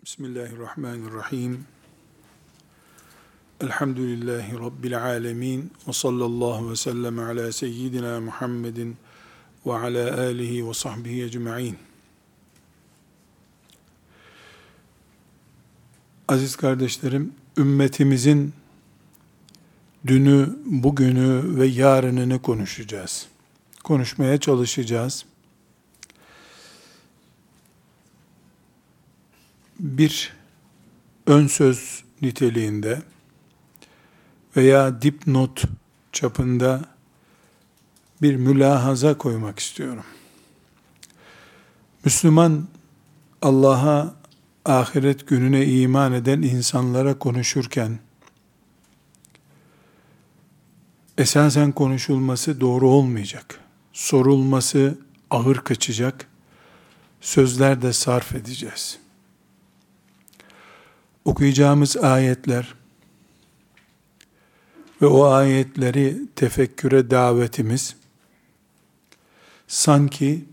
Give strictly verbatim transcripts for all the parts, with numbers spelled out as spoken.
Bismillahirrahmanirrahim. Elhamdülillahi Rabbil alemin. Ve sallallahu ve sellem ala seyyidina Muhammedin ve ala alihi ve sahbihi ecma'in. Aziz kardeşlerim, ümmetimizin dünü, bugünü ve yarınını konuşacağız. Konuşmaya çalışacağız. Bir ön söz niteliğinde veya dipnot çapında bir mülahaza koymak istiyorum. Müslüman, Allah'a, ahiret gününe iman eden insanlara konuşurken, esasen konuşulması doğru olmayacak, sorulması ağır kaçacak sözler de sarf edeceğiz. Okuyacağımız ayetler ve o ayetleri tefekküre davetimiz, sanki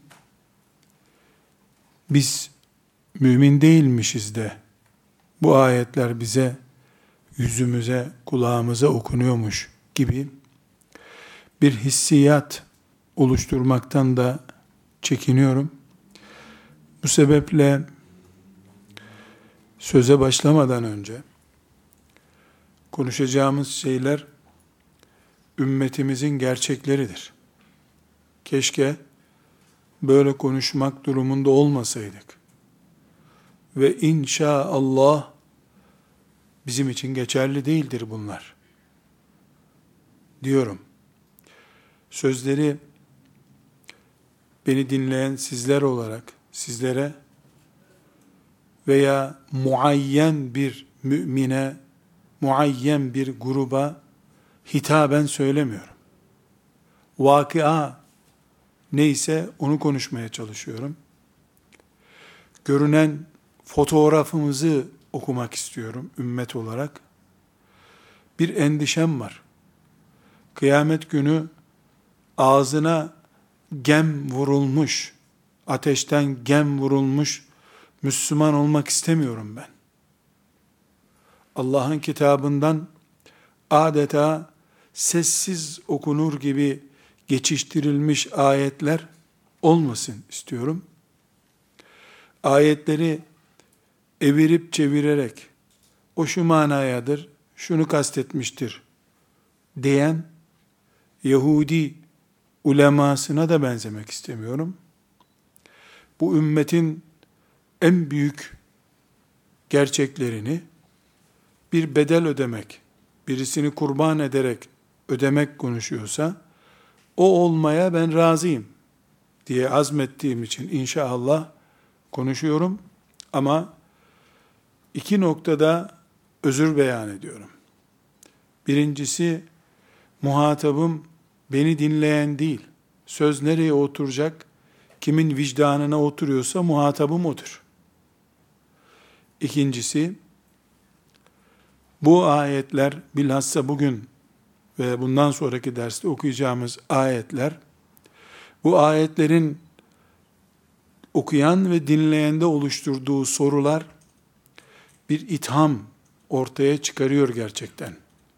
biz mümin değilmişiz de bu ayetler bize, yüzümüze, kulağımıza okunuyormuş gibi bir hissiyat oluşturmaktan da çekiniyorum. Bu sebeple söze başlamadan önce konuşacağımız şeyler ümmetimizin gerçekleridir. Keşke böyle konuşmak durumunda olmasaydık. Ve inşallah bizim için geçerli değildir bunlar. Diyorum. Sözleri beni dinleyen sizler olarak sizlere veya muayyen bir mümine, muayyen bir gruba hitaben söylemiyorum. Vakıa neyse onu konuşmaya çalışıyorum. Görünen fotoğrafımızı okumak istiyorum ümmet olarak. Bir endişem var. Kıyamet günü ağzına gem vurulmuş, ateşten gem vurulmuş Müslüman olmak istemiyorum ben. Allah'ın kitabından adeta sessiz okunur gibi geçiştirilmiş ayetler olmasın istiyorum. Ayetleri evirip çevirerek o şu manayadır, şunu kastetmiştir diyen Yahudi ulemasına da benzemek istemiyorum. Bu ümmetin en büyük gerçeklerini bir bedel ödemek, birisini kurban ederek ödemek konuşuyorsa, o olmaya ben razıyım diye azmettiğim için inşallah konuşuyorum. Ama iki noktada özür beyan ediyorum. Birincisi, muhatabım beni dinleyen değil. Söz nereye oturacak? Kimin vicdanına oturuyorsa muhatabım odur. İkincisi, bu ayetler, bilhassa bugün ve bundan sonraki derste okuyacağımız ayetler, bu ayetlerin okuyan ve dinleyende oluşturduğu sorular, bir itham ortaya çıkarıyor gerçekten.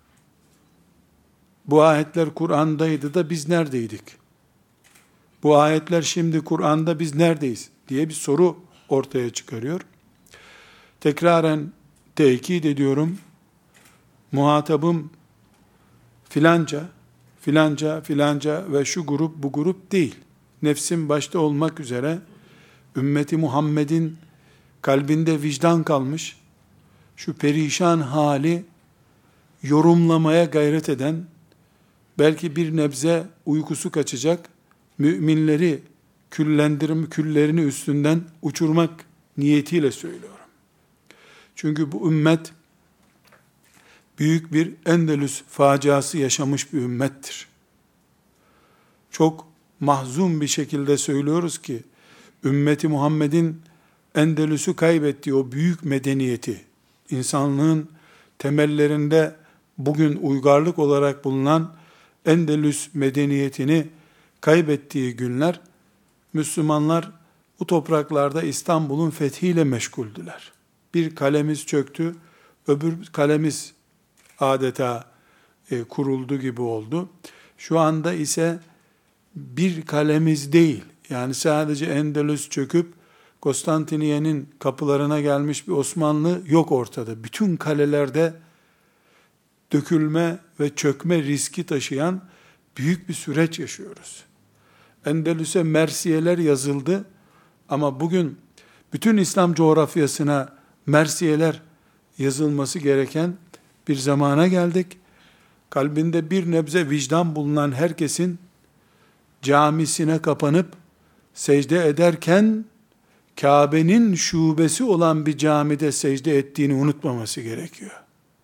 Bu ayetler Kur'an'daydı da biz neredeydik? Bu ayetler şimdi Kur'an'da biz neredeyiz diye bir soru ortaya çıkarıyor. Tekraren tekit ediyorum, muhatabım filanca, filanca, filanca ve şu grup bu grup değil. Nefsim başta olmak üzere ümmeti Muhammed'in kalbinde vicdan kalmış, şu perişan hali yorumlamaya gayret eden, belki bir nebze uykusu kaçacak, müminleri küllendirim, küllerini üstünden uçurmak niyetiyle söylüyorum. Çünkü bu ümmet büyük bir Endülüs faciası yaşamış bir ümmettir. Çok mahzun bir şekilde söylüyoruz ki, ümmeti Muhammed'in Endülüs'ü kaybettiği o büyük medeniyeti, insanlığın temellerinde bugün uygarlık olarak bulunan Endülüs medeniyetini kaybettiği günler, Müslümanlar bu topraklarda İstanbul'un fethiyle meşguldüler. bir kalemiz çöktü, öbür kalemiz adeta e, kuruldu gibi oldu. Şu anda ise bir kalemiz değil, yani sadece Endülüs çöküp Konstantiniye'nin kapılarına gelmiş bir Osmanlı yok ortada. Bütün kalelerde dökülme ve çökme riski taşıyan büyük bir süreç yaşıyoruz. Endülüs'e mersiyeler yazıldı ama bugün bütün İslam coğrafyasına mersiyeler yazılması gereken bir zamana geldik. Kalbinde bir nebze vicdan bulunan herkesin camisine kapanıp secde ederken Kabe'nin şubesi olan bir camide secde ettiğini unutmaması gerekiyor.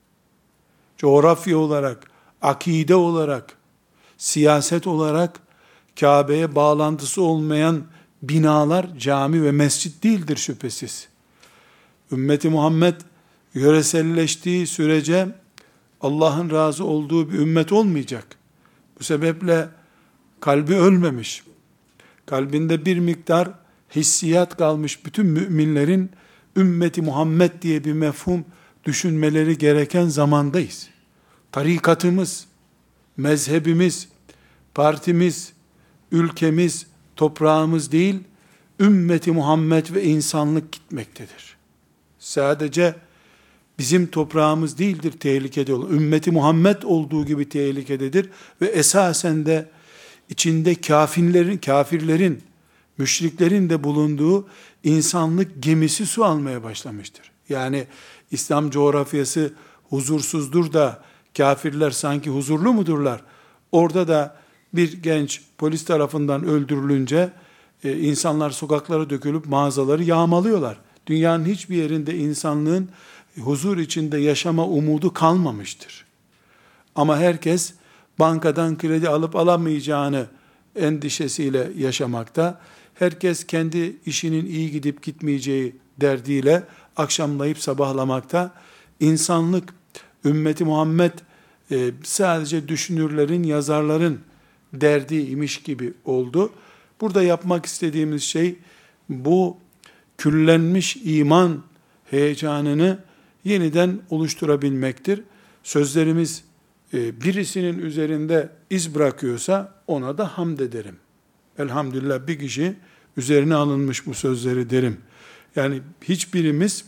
Coğrafya olarak, akide olarak, siyaset olarak Kabe'ye bağlantısı olmayan binalar cami ve mescit değildir şüphesiz. Ümmeti Muhammed yöreselleştiği sürece Allah'ın razı olduğu bir ümmet olmayacak. Bu sebeple kalbi ölmemiş, kalbinde bir miktar hissiyat kalmış bütün müminlerin ümmeti Muhammed diye bir mefhum düşünmeleri gereken zamandayız. Tarikatımız, mezhebimiz, partimiz, ülkemiz, toprağımız değil, ümmeti Muhammed ve insanlık gitmektedir. Sadece bizim toprağımız değildir tehlikede olan, ümmeti Muhammed olduğu gibi tehlikededir ve esasen de içinde kafirlerin, kafirlerin, müşriklerin de bulunduğu insanlık gemisi su almaya başlamıştır. Yani İslam coğrafyası huzursuzdur da kafirler sanki huzurlu mudurlar? Orada da bir genç polis tarafından öldürülünce e, insanlar sokaklara dökülüp mağazaları yağmalıyorlar. Dünyanın hiçbir yerinde insanlığın huzur içinde yaşama umudu kalmamıştır. Ama herkes bankadan kredi alıp alamayacağını endişesiyle yaşamakta. Herkes kendi işinin iyi gidip gitmeyeceği derdiyle akşamlayıp sabahlamakta. İnsanlık, ümmeti Muhammed e, sadece düşünürlerin, yazarların derdiymiş gibi oldu. Burada yapmak istediğimiz şey bu küllenmiş iman heyecanını yeniden oluşturabilmektir. Sözlerimiz e, birisinin üzerinde iz bırakıyorsa ona da hamd ederim. Elhamdülillah bir kişi üzerine alınmış bu sözleri derim. Yani hiçbirimiz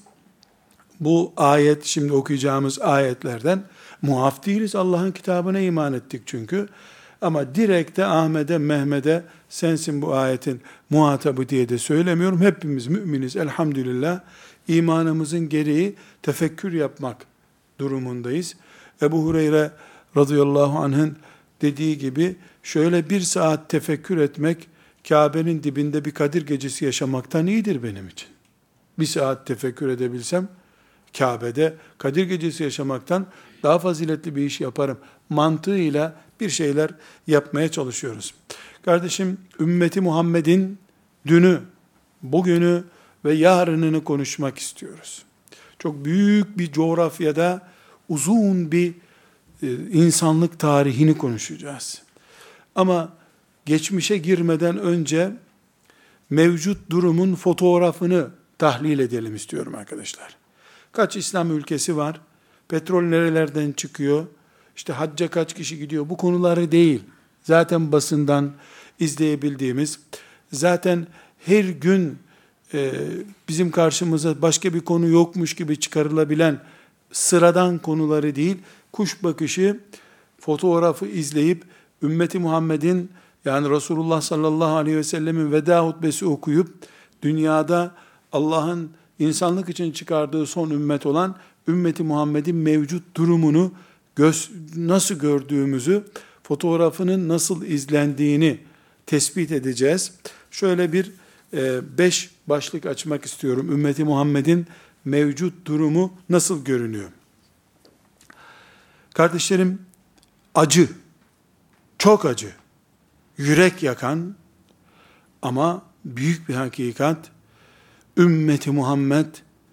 bu ayet, şimdi okuyacağımız ayetlerden muaf değiliz. Allah'ın kitabına iman ettik çünkü. Ama direkte Ahmet'e, Mehmet'e sensin bu ayetin muhatabı diye de söylemiyorum. Hepimiz müminiz elhamdülillah. İmanımızın gereği tefekkür yapmak durumundayız. Ebu Hureyre radıyallahu anh'ın dediği gibi şöyle bir saat tefekkür etmek Kabe'nin dibinde bir Kadir gecesi yaşamaktan iyidir benim için. Bir saat tefekkür edebilsem Kabe'de Kadir gecesi yaşamaktan daha faziletli bir iş yaparım mantığıyla bir şeyler yapmaya çalışıyoruz. Kardeşim, ümmeti Muhammed'in dünü, bugünü ve yarınını konuşmak istiyoruz. Çok büyük bir coğrafyada uzun bir e, insanlık tarihini konuşacağız. Ama geçmişe girmeden önce mevcut durumun fotoğrafını tahlil edelim istiyorum arkadaşlar. Kaç İslam ülkesi var? Petrol nerelerden çıkıyor? İşte hacca kaç kişi gidiyor? Bu konuları değil. Zaten basından izleyebildiğimiz, zaten her gün e, bizim karşımıza başka bir konu yokmuş gibi çıkarılabilen sıradan konuları değil, kuş bakışı fotoğrafı izleyip ümmeti Muhammed'in, yani Resulullah sallallahu aleyhi ve sellemin veda hutbesi okuyup dünyada Allah'ın insanlık için çıkardığı son ümmet olan ümmeti Muhammed'in mevcut durumunu göz, nasıl gördüğümüzü, fotoğrafının nasıl izlendiğini tespit edeceğiz. Şöyle bir e, beş başlık açmak istiyorum. Ümmeti Muhammed'in mevcut durumu nasıl görünüyor? Kardeşlerim, acı, çok acı, yürek yakan ama büyük bir hakikat, ümmeti Muhammed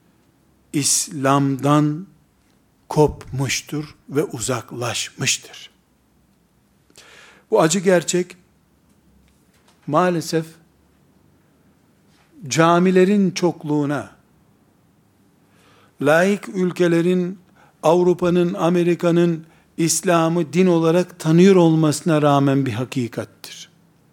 İslam'dan kopmuştur ve uzaklaşmıştır. Bu acı gerçek maalesef camilerin çokluğuna, laik ülkelerin, Avrupa'nın, Amerika'nın İslam'ı din olarak tanıyor olmasına rağmen bir hakikattir.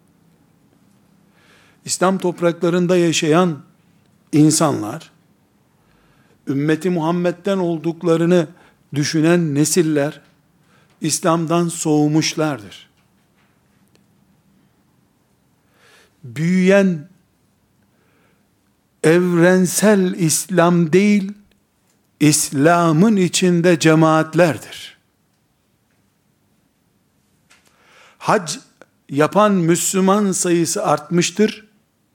İslam topraklarında yaşayan insanlar, ümmeti Muhammed'den olduklarını düşünen nesiller, İslam'dan soğumuşlardır. Büyüyen evrensel İslam değil, İslam'ın içinde cemaatlerdir. Hac yapan Müslüman sayısı artmıştır.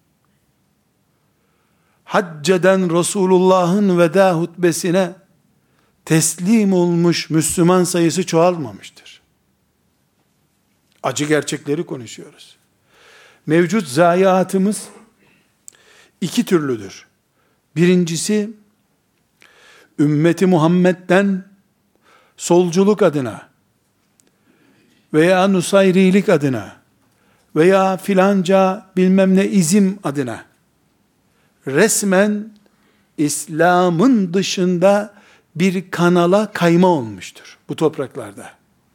Hacceden Resulullah'ın veda hutbesine teslim olmuş Müslüman sayısı çoğalmamıştır. Acı gerçekleri konuşuyoruz. Mevcut zayiatımız iki türlüdür. Birincisi, ümmeti Muhammed'den solculuk adına veya nusayrilik adına veya filanca bilmem ne izim adına resmen İslam'ın dışında bir kanala kayma olmuştur bu topraklarda.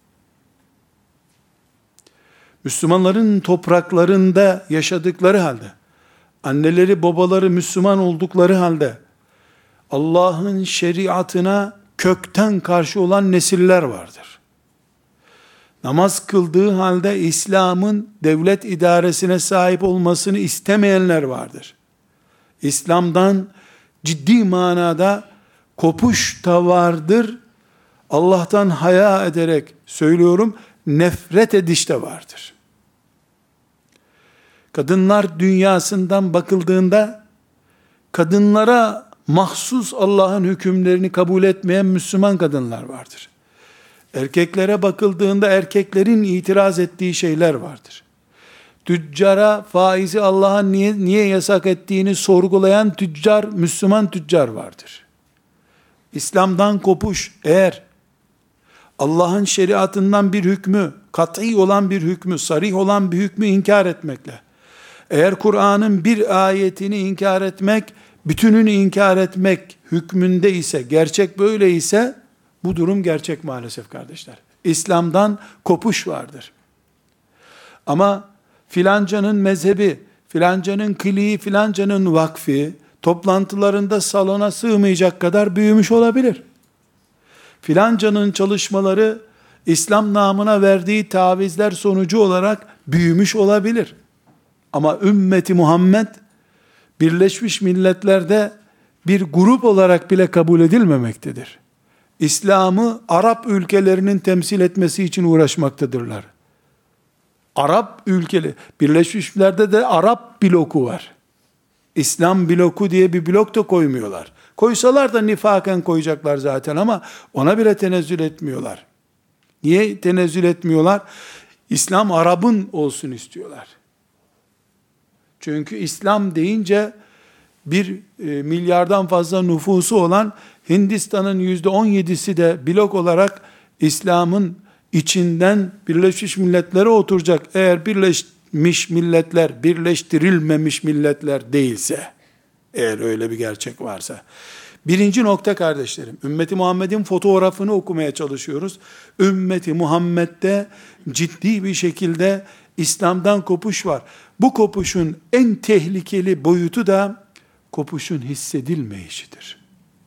Müslümanların topraklarında yaşadıkları halde, anneleri babaları Müslüman oldukları halde, Allah'ın şeriatına kökten karşı olan nesiller vardır. Namaz kıldığı halde İslam'ın devlet idaresine sahip olmasını istemeyenler vardır. İslam'dan ciddi manada kopuş da vardır. Allah'tan haya ederek söylüyorum, nefret ediş de vardır. Kadınlar dünyasından bakıldığında, kadınlara mahsus Allah'ın hükümlerini kabul etmeyen Müslüman kadınlar vardır. Erkeklere bakıldığında erkeklerin itiraz ettiği şeyler vardır. Tüccara faizi Allah'ın niye, niye yasak ettiğini sorgulayan tüccar, Müslüman tüccar vardır. İslam'dan kopuş eğer Allah'ın şeriatından bir hükmü, kat'i olan bir hükmü, sarih olan bir hükmü inkar etmekle, eğer Kur'an'ın bir ayetini inkar etmek, bütününü inkar etmek hükmünde ise, gerçek böyle ise, bu durum gerçek maalesef kardeşler. İslam'dan kopuş vardır. Ama filancanın mezhebi, filancanın kliği, filancanın vakfi, toplantılarında salona sığmayacak kadar büyümüş olabilir. Filancanın çalışmaları, İslam namına verdiği tavizler sonucu olarak büyümüş olabilir. Ama ümmeti Muhammed, Birleşmiş Milletler'de bir grup olarak bile kabul edilmemektedir. İslam'ı Arap ülkelerinin temsil etmesi için uğraşmaktadırlar. Arap ülkeleri, Birleşmiş Milletler'de de Arap bloku var. İslam bloku diye bir blok da koymuyorlar. Koysalar da nifaken koyacaklar zaten ama ona bile tenezzül etmiyorlar. Niye tenezzül etmiyorlar? İslam Arap'ın olsun istiyorlar. Çünkü İslam deyince bir e, milyardan fazla nüfusu olan Hindistan'ın yüzde on yedisi de blok olarak İslam'ın içinden Birleşmiş Milletler'e oturacak. Eğer Birleşmiş Milletler, birleştirilmemiş milletler değilse, eğer öyle bir gerçek varsa. Birinci nokta kardeşlerim, ümmeti Muhammed'in fotoğrafını okumaya çalışıyoruz. Ümmeti Muhammed'de ciddi bir şekilde İslam'dan kopuş var. Bu kopuşun en tehlikeli boyutu da kopuşun hissedilmeyişidir.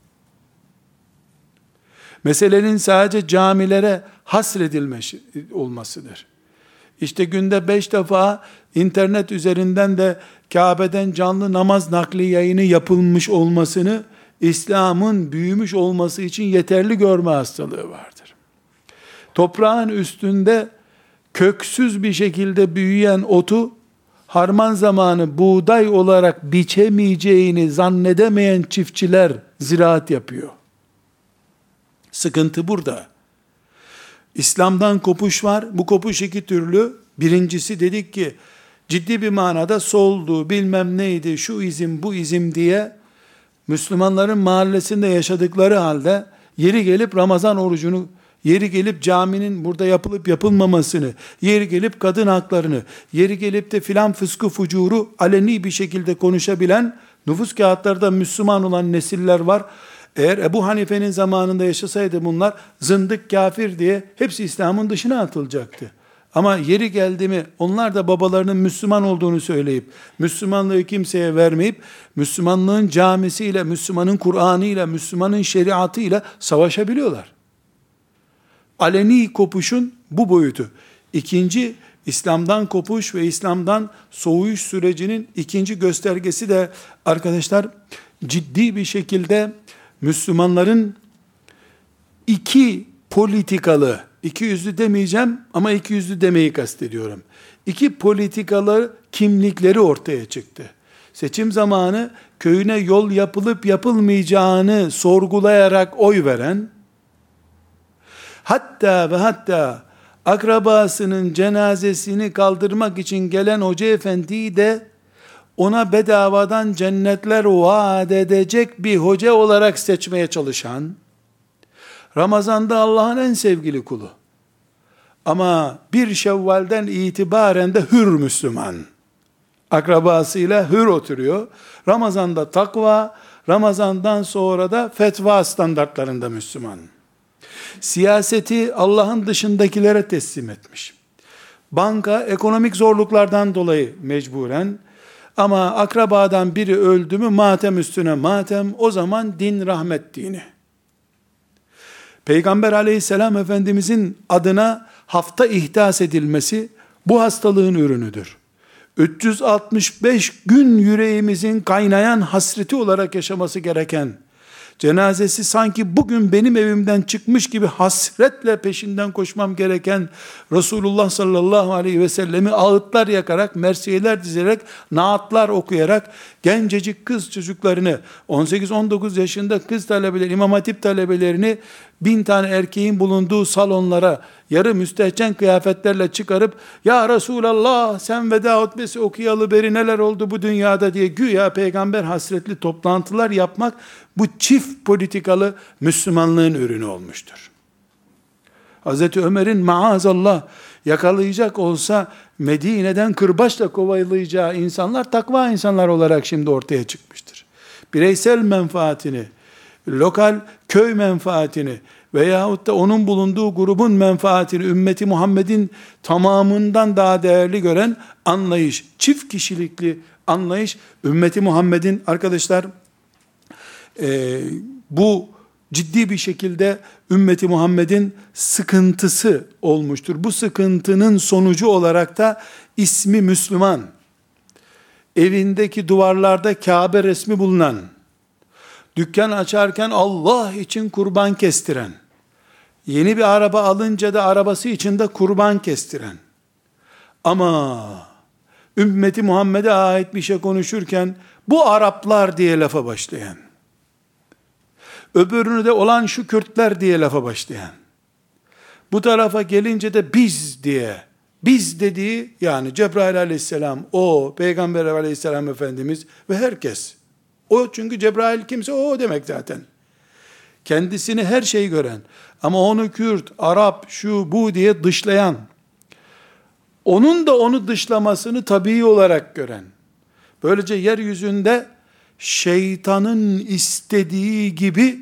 Meselenin sadece camilere hasredilmesi olmasıdır. İşte günde beş defa internet üzerinden de Kabe'den canlı namaz nakli yayını yapılmış olmasını İslam'ın büyümüş olması için yeterli görme hastalığı vardır. Toprağın üstünde köksüz bir şekilde büyüyen otu harman zamanı buğday olarak biçemeyeceğini zannedemeyen çiftçiler ziraat yapıyor. Sıkıntı burada. İslam'dan kopuş var. Bu kopuş iki türlü. Birincisi dedik ki ciddi bir manada soldu, bilmem neydi, şu izim, bu izim diye Müslümanların mahallesinde yaşadıkları halde yeri gelip Ramazan orucunu, yeri gelip caminin burada yapılıp yapılmamasını, yeri gelip kadın haklarını, yeri gelip de filan fıskı fucuru aleni bir şekilde konuşabilen, nüfus kağıtlarda Müslüman olan nesiller var. Eğer Ebu Hanife'nin zamanında yaşasaydı bunlar zındık, kafir diye hepsi İslam'ın dışına atılacaktı. Ama yeri geldi mi onlar da babalarının Müslüman olduğunu söyleyip, Müslümanlığı kimseye vermeyip, Müslümanlığın camisiyle, Müslümanın Kur'an'ıyla, Müslümanın şeriatıyla savaşabiliyorlar. Aleni kopuşun bu boyutu. İkinci, İslam'dan kopuş ve İslam'dan soğuyuş sürecinin ikinci göstergesi de arkadaşlar, ciddi bir şekilde Müslümanların iki politikalı, iki yüzlü demeyeceğim ama iki yüzlü demeyi kastediyorum. İki politikalı kimlikleri ortaya çıktı. Seçim zamanı köyüne yol yapılıp yapılmayacağını sorgulayarak oy veren, hatta ve hatta akrabasının cenazesini kaldırmak için gelen hoca efendiyi de ona bedavadan cennetler vaat edecek bir hoca olarak seçmeye çalışan, Ramazan'da Allah'ın en sevgili kulu, ama bir Şevval'den itibaren de hür Müslüman, akrabasıyla hür oturuyor, Ramazan'da takva, Ramazan'dan sonra da fetva standartlarında Müslüman. Siyaseti Allah'ın dışındakilere teslim etmiş. Banka ekonomik zorluklardan dolayı mecburen, ama akrabadan biri öldü mü matem üstüne matem, o zaman din rahmet dini. Peygamber aleyhisselam Efendimizin adına hafta ihdas edilmesi bu hastalığın ürünüdür. üç yüz altmış beş gün yüreğimizin kaynayan hasreti olarak yaşaması gereken, cenazesi sanki bugün benim evimden çıkmış gibi hasretle peşinden koşmam gereken Resulullah sallallahu aleyhi ve sellemi ağıtlar yakarak, mersiyeler dizerek, naatlar okuyarak, gencecik kız çocuklarını, on sekiz on dokuz yaşında kız talebeleri, İmam Hatip talebelerini bin tane erkeğin bulunduğu salonlara yarı müstehcen kıyafetlerle çıkarıp, ya Resulallah sen veda hutbesi okuyalı beri neler oldu bu dünyada diye güya peygamber hasretli toplantılar yapmak, bu çift politikalı Müslümanlığın ürünü olmuştur. Hazreti Ömer'in maazallah yakalayacak olsa Medine'den kırbaçla kovalayacağı insanlar takva insanlar olarak şimdi ortaya çıkmıştır. Bireysel menfaatini, lokal köy menfaatini veyahut da onun bulunduğu grubun menfaatini ümmeti Muhammed'in tamamından daha değerli gören anlayış, çift kişilikli anlayış, ümmeti Muhammed'in arkadaşlar e, bu ciddi bir şekilde ümmeti Muhammed'in sıkıntısı olmuştur. Bu sıkıntının sonucu olarak da ismi Müslüman, evindeki duvarlarda Kabe resmi bulunan, dükkan açarken Allah için kurban kestiren, yeni bir araba alınca da arabası için de kurban kestiren, ama ümmeti Muhammed'e ait bir şey konuşurken bu Araplar diye lafa başlayan, öbürünü de olan şu Kürtler diye lafa başlayan, bu tarafa gelince de biz diye, biz dediği yani Cebrail aleyhisselam, o Peygamber aleyhisselam Efendimiz ve herkes, o çünkü Cebrail kimse o demek zaten. Kendisini her şeyi gören ama onu Kürt, Arap, şu bu diye dışlayan, onun da onu dışlamasını tabii olarak gören, böylece yeryüzünde şeytanın istediği gibi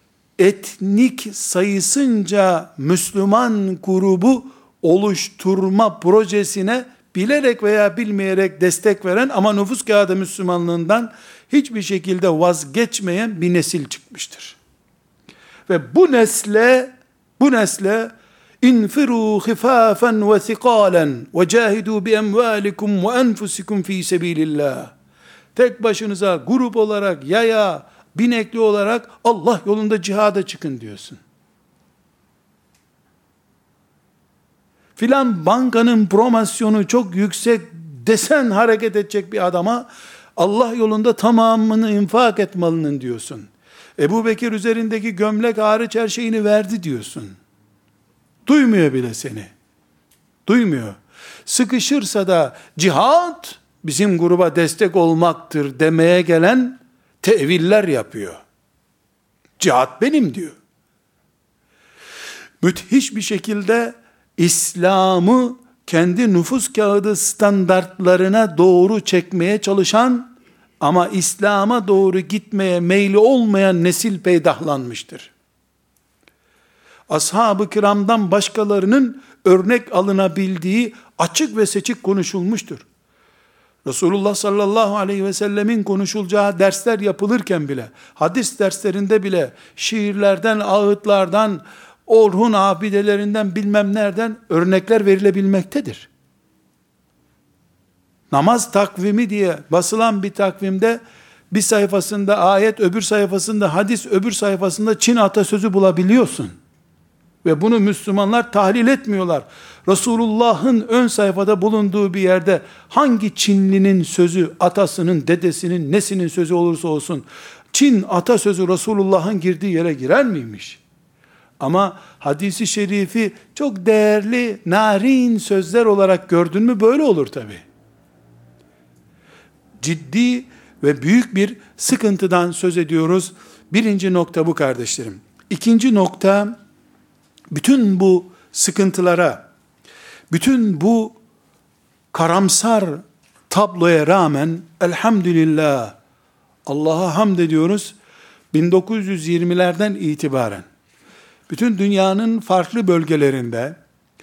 etnik sayısınca Müslüman grubu oluşturma projesine bilerek veya bilmeyerek destek veren ama nüfus kağıdı Müslümanlığından hiçbir şekilde vazgeçmeyen bir nesil çıkmıştır. Ve bu nesle, bu nesle infiru khifafen ve thikalen ve cahidu bi emvalikum ve enfusikum fi sebilillah. Tek başınıza grup olarak, yaya, binekli olarak Allah yolunda cihada çıkın diyorsun. Filan bankanın promosyonu çok yüksek desen hareket edecek bir adama Allah yolunda tamamını infak etmelinin diyorsun. Ebu Bekir üzerindeki gömlek hariç her şeyini verdi diyorsun. Duymuyor bile seni. Duymuyor. Sıkışırsa da cihad bizim gruba destek olmaktır demeye gelen teviller yapıyor. Cihad benim diyor. Müthiş bir şekilde İslam'ı kendi nüfus kağıdı standartlarına doğru çekmeye çalışan Ama İslam'a doğru gitmeye meyli olmayan nesil peydahlanmıştır. Ashab-ı kiramdan başkalarının örnek alınabildiği açık ve seçik konuşulmuştur. Resulullah sallallahu aleyhi ve sellemin konuşulacağı dersler yapılırken bile, hadis derslerinde bile şiirlerden, ağıtlardan, Orhun abidelerinden bilmem nereden örnekler verilebilmektedir. Namaz takvimi diye basılan bir takvimde bir sayfasında ayet, öbür sayfasında hadis, öbür sayfasında Çin atasözü bulabiliyorsun. Ve bunu Müslümanlar tahlil etmiyorlar. Resulullah'ın ön sayfada bulunduğu bir yerde hangi Çinlinin sözü, atasının, dedesinin, nesinin sözü olursa olsun, Çin atasözü Resulullah'ın girdiği yere girer miymiş? Ama hadisi şerifi çok değerli, narin sözler olarak gördün mü böyle olur tabi. Ciddi ve büyük bir sıkıntıdan söz ediyoruz. Birinci nokta bu kardeşlerim. İkinci nokta, bütün bu sıkıntılara, bütün bu karamsar tabloya rağmen elhamdülillah, Allah'a hamd ediyoruz. bin dokuz yüz yirmilerden itibaren bütün dünyanın farklı bölgelerinde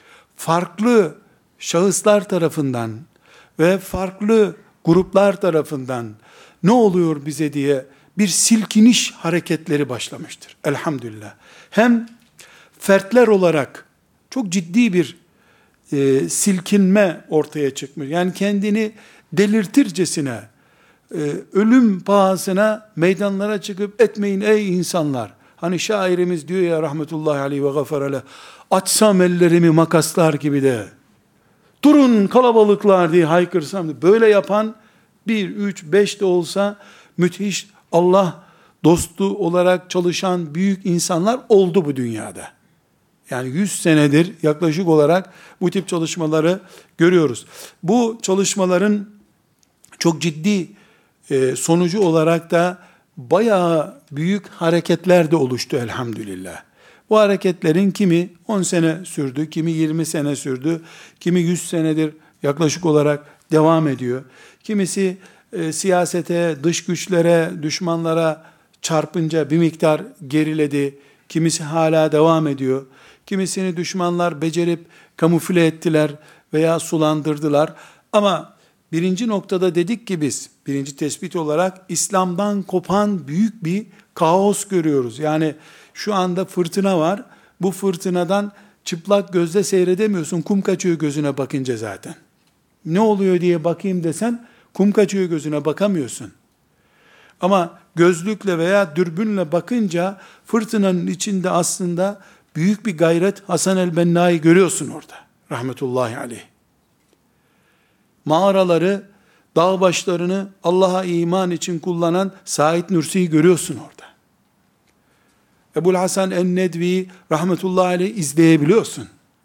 farklı şahıslar tarafından ve farklı gruplar tarafından ne oluyor bize diye bir silkiniş hareketleri başlamıştır. Elhamdülillah. Hem fertler olarak çok ciddi bir e, silkinme ortaya çıkmış. Yani kendini delirtircesine, e, ölüm pahasına meydanlara çıkıp etmeyin ey insanlar. Hani şairimiz diyor ya rahmetullahi aleyhi ve gafara, açsam ellerimi makaslar gibi de, durun kalabalıklar diye haykırsam da, böyle yapan bir, üç, beş de olsa müthiş Allah dostu olarak çalışan büyük insanlar oldu bu dünyada. Yani yüz senedir yaklaşık olarak bu tip çalışmaları görüyoruz. Bu çalışmaların çok ciddi e, sonucu olarak da bayağı büyük hareketler de oluştu elhamdülillah. Bu hareketlerin kimi on sene sürdü, kimi yirmi sene sürdü, kimi yüz senedir yaklaşık olarak devam ediyor. Kimisi e, siyasete, dış güçlere, düşmanlara çarpınca bir miktar geriledi, kimisi hala devam ediyor. Kimisini düşmanlar becerip kamufle ettiler veya sulandırdılar. Ama birinci noktada dedik ki biz, birinci tespit olarak İslam'dan kopan büyük bir kaos görüyoruz. Yani şu anda fırtına var. Bu fırtınadan çıplak gözle seyredemiyorsun. Kum kaçıyor gözüne bakınca zaten. Ne oluyor diye bakayım desen kum kaçıyor gözüne bakamıyorsun. Ama gözlükle veya dürbünle bakınca fırtınanın içinde aslında büyük bir gayret Hasan el-Benna'yı görüyorsun orada. Rahmetullahi aleyh. Mağaraları, dağ başlarını Allah'a iman için kullanan Said Nursi'yi görüyorsun orada. Ebu'l Hasan en-Nedvi'yi rahmetullahi aleyh izleyebiliyorsun.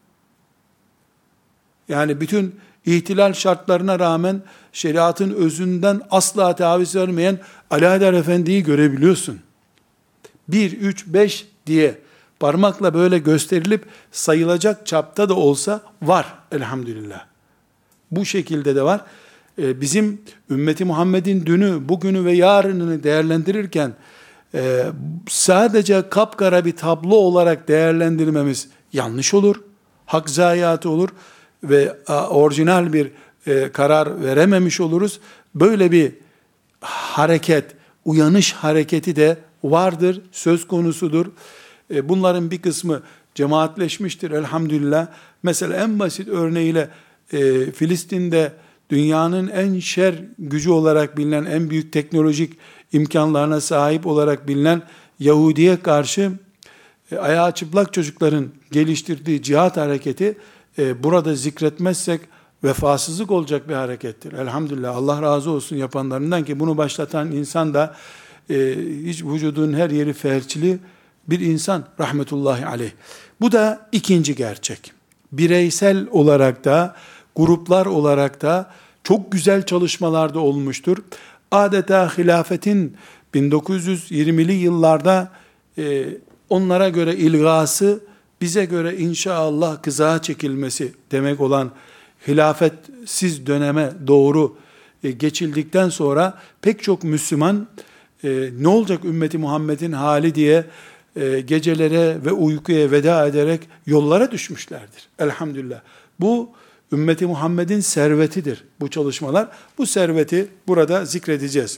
Yani bütün ihtilal şartlarına rağmen şeriatın özünden asla taviz vermeyen Ali Haydar Efendi'yi görebiliyorsun. Bir, üç, beş diye parmakla böyle gösterilip sayılacak çapta da olsa var elhamdülillah. Bu şekilde de var. Ee, bizim ümmeti Muhammed'in dünü, bugünü ve yarınını değerlendirirken e, sadece kapkara bir tablo olarak değerlendirmemiz yanlış olur. Hak zayiatı olur ve a, orijinal bir e, karar verememiş oluruz. Böyle bir hareket, uyanış hareketi de vardır, söz konusudur. E, bunların bir kısmı cemaatleşmiştir elhamdülillah. Mesela en basit örneğiyle e, Filistin'de dünyanın en şer gücü olarak bilinen, en büyük teknolojik imkanlarına sahip olarak bilinen Yahudi'ye karşı e, ayağı çıplak çocukların geliştirdiği cihat hareketi e, burada zikretmezsek vefasızlık olacak bir harekettir. Elhamdülillah, Allah razı olsun yapanlarından, ki bunu başlatan insan da e, hiç vücudun her yeri felçli bir insan rahmetullahi aleyh. Bu da ikinci gerçek. Bireysel olarak da, gruplar olarak da çok güzel çalışmalar da olmuştur. Adeta hilafetin bin dokuz yüz yirmili yıllarda e, onlara göre ilgası, bize göre inşallah kızağa çekilmesi demek olan hilafetsiz döneme doğru e, geçildikten sonra pek çok Müslüman e, ne olacak ümmeti Muhammed'in hali diye e, gecelere ve uykuya veda ederek yollara düşmüşlerdir. Elhamdülillah. Bu ümmeti Muhammed'in servetidir bu çalışmalar. Bu serveti burada zikredeceğiz.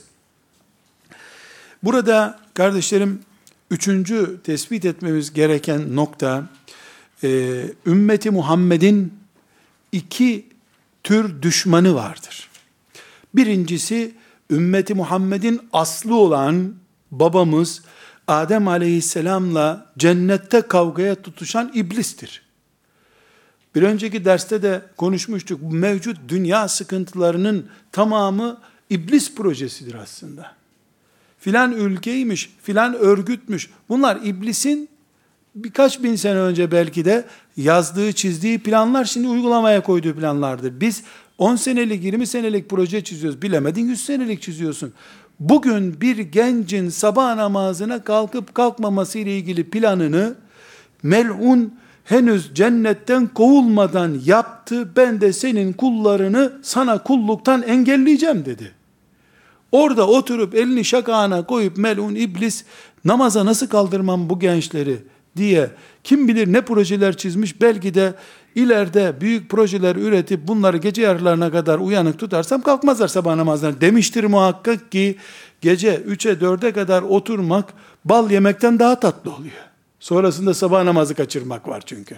Burada kardeşlerim, üçüncü tespit etmemiz gereken nokta, e, ümmeti Muhammed'in iki tür düşmanı vardır. Birincisi, ümmeti Muhammed'in aslı olan babamız Adem aleyhisselamla cennette kavgaya tutuşan iblistir. Bir önceki derste de konuşmuştuk. Bu mevcut dünya sıkıntılarının tamamı iblis projesidir aslında. Filan ülkeymiş, filan örgütmüş. Bunlar iblisin birkaç bin sene önce belki de yazdığı, çizdiği planlar, şimdi uygulamaya koyduğu planlardır. Biz on senelik, yirmi senelik proje çiziyoruz. Bilemedin yüz senelik çiziyorsun. Bugün bir gencin sabah namazına kalkıp kalkmaması ile ilgili planını mel'un henüz cennetten kovulmadan yaptı. Ben de senin kullarını sana kulluktan engelleyeceğim dedi. Orada oturup elini şakağına koyup mel'un iblis, namaza nasıl kaldırmam bu gençleri diye kim bilir ne projeler çizmiş. Belki de ileride büyük projeler üretip bunları gece yarılarına kadar uyanık tutarsam kalkmazlar sabah namazlarına demiştir muhakkak ki gece üçe dörde kadar oturmak bal yemekten daha tatlı oluyor. Sonrasında sabah namazı kaçırmak var çünkü.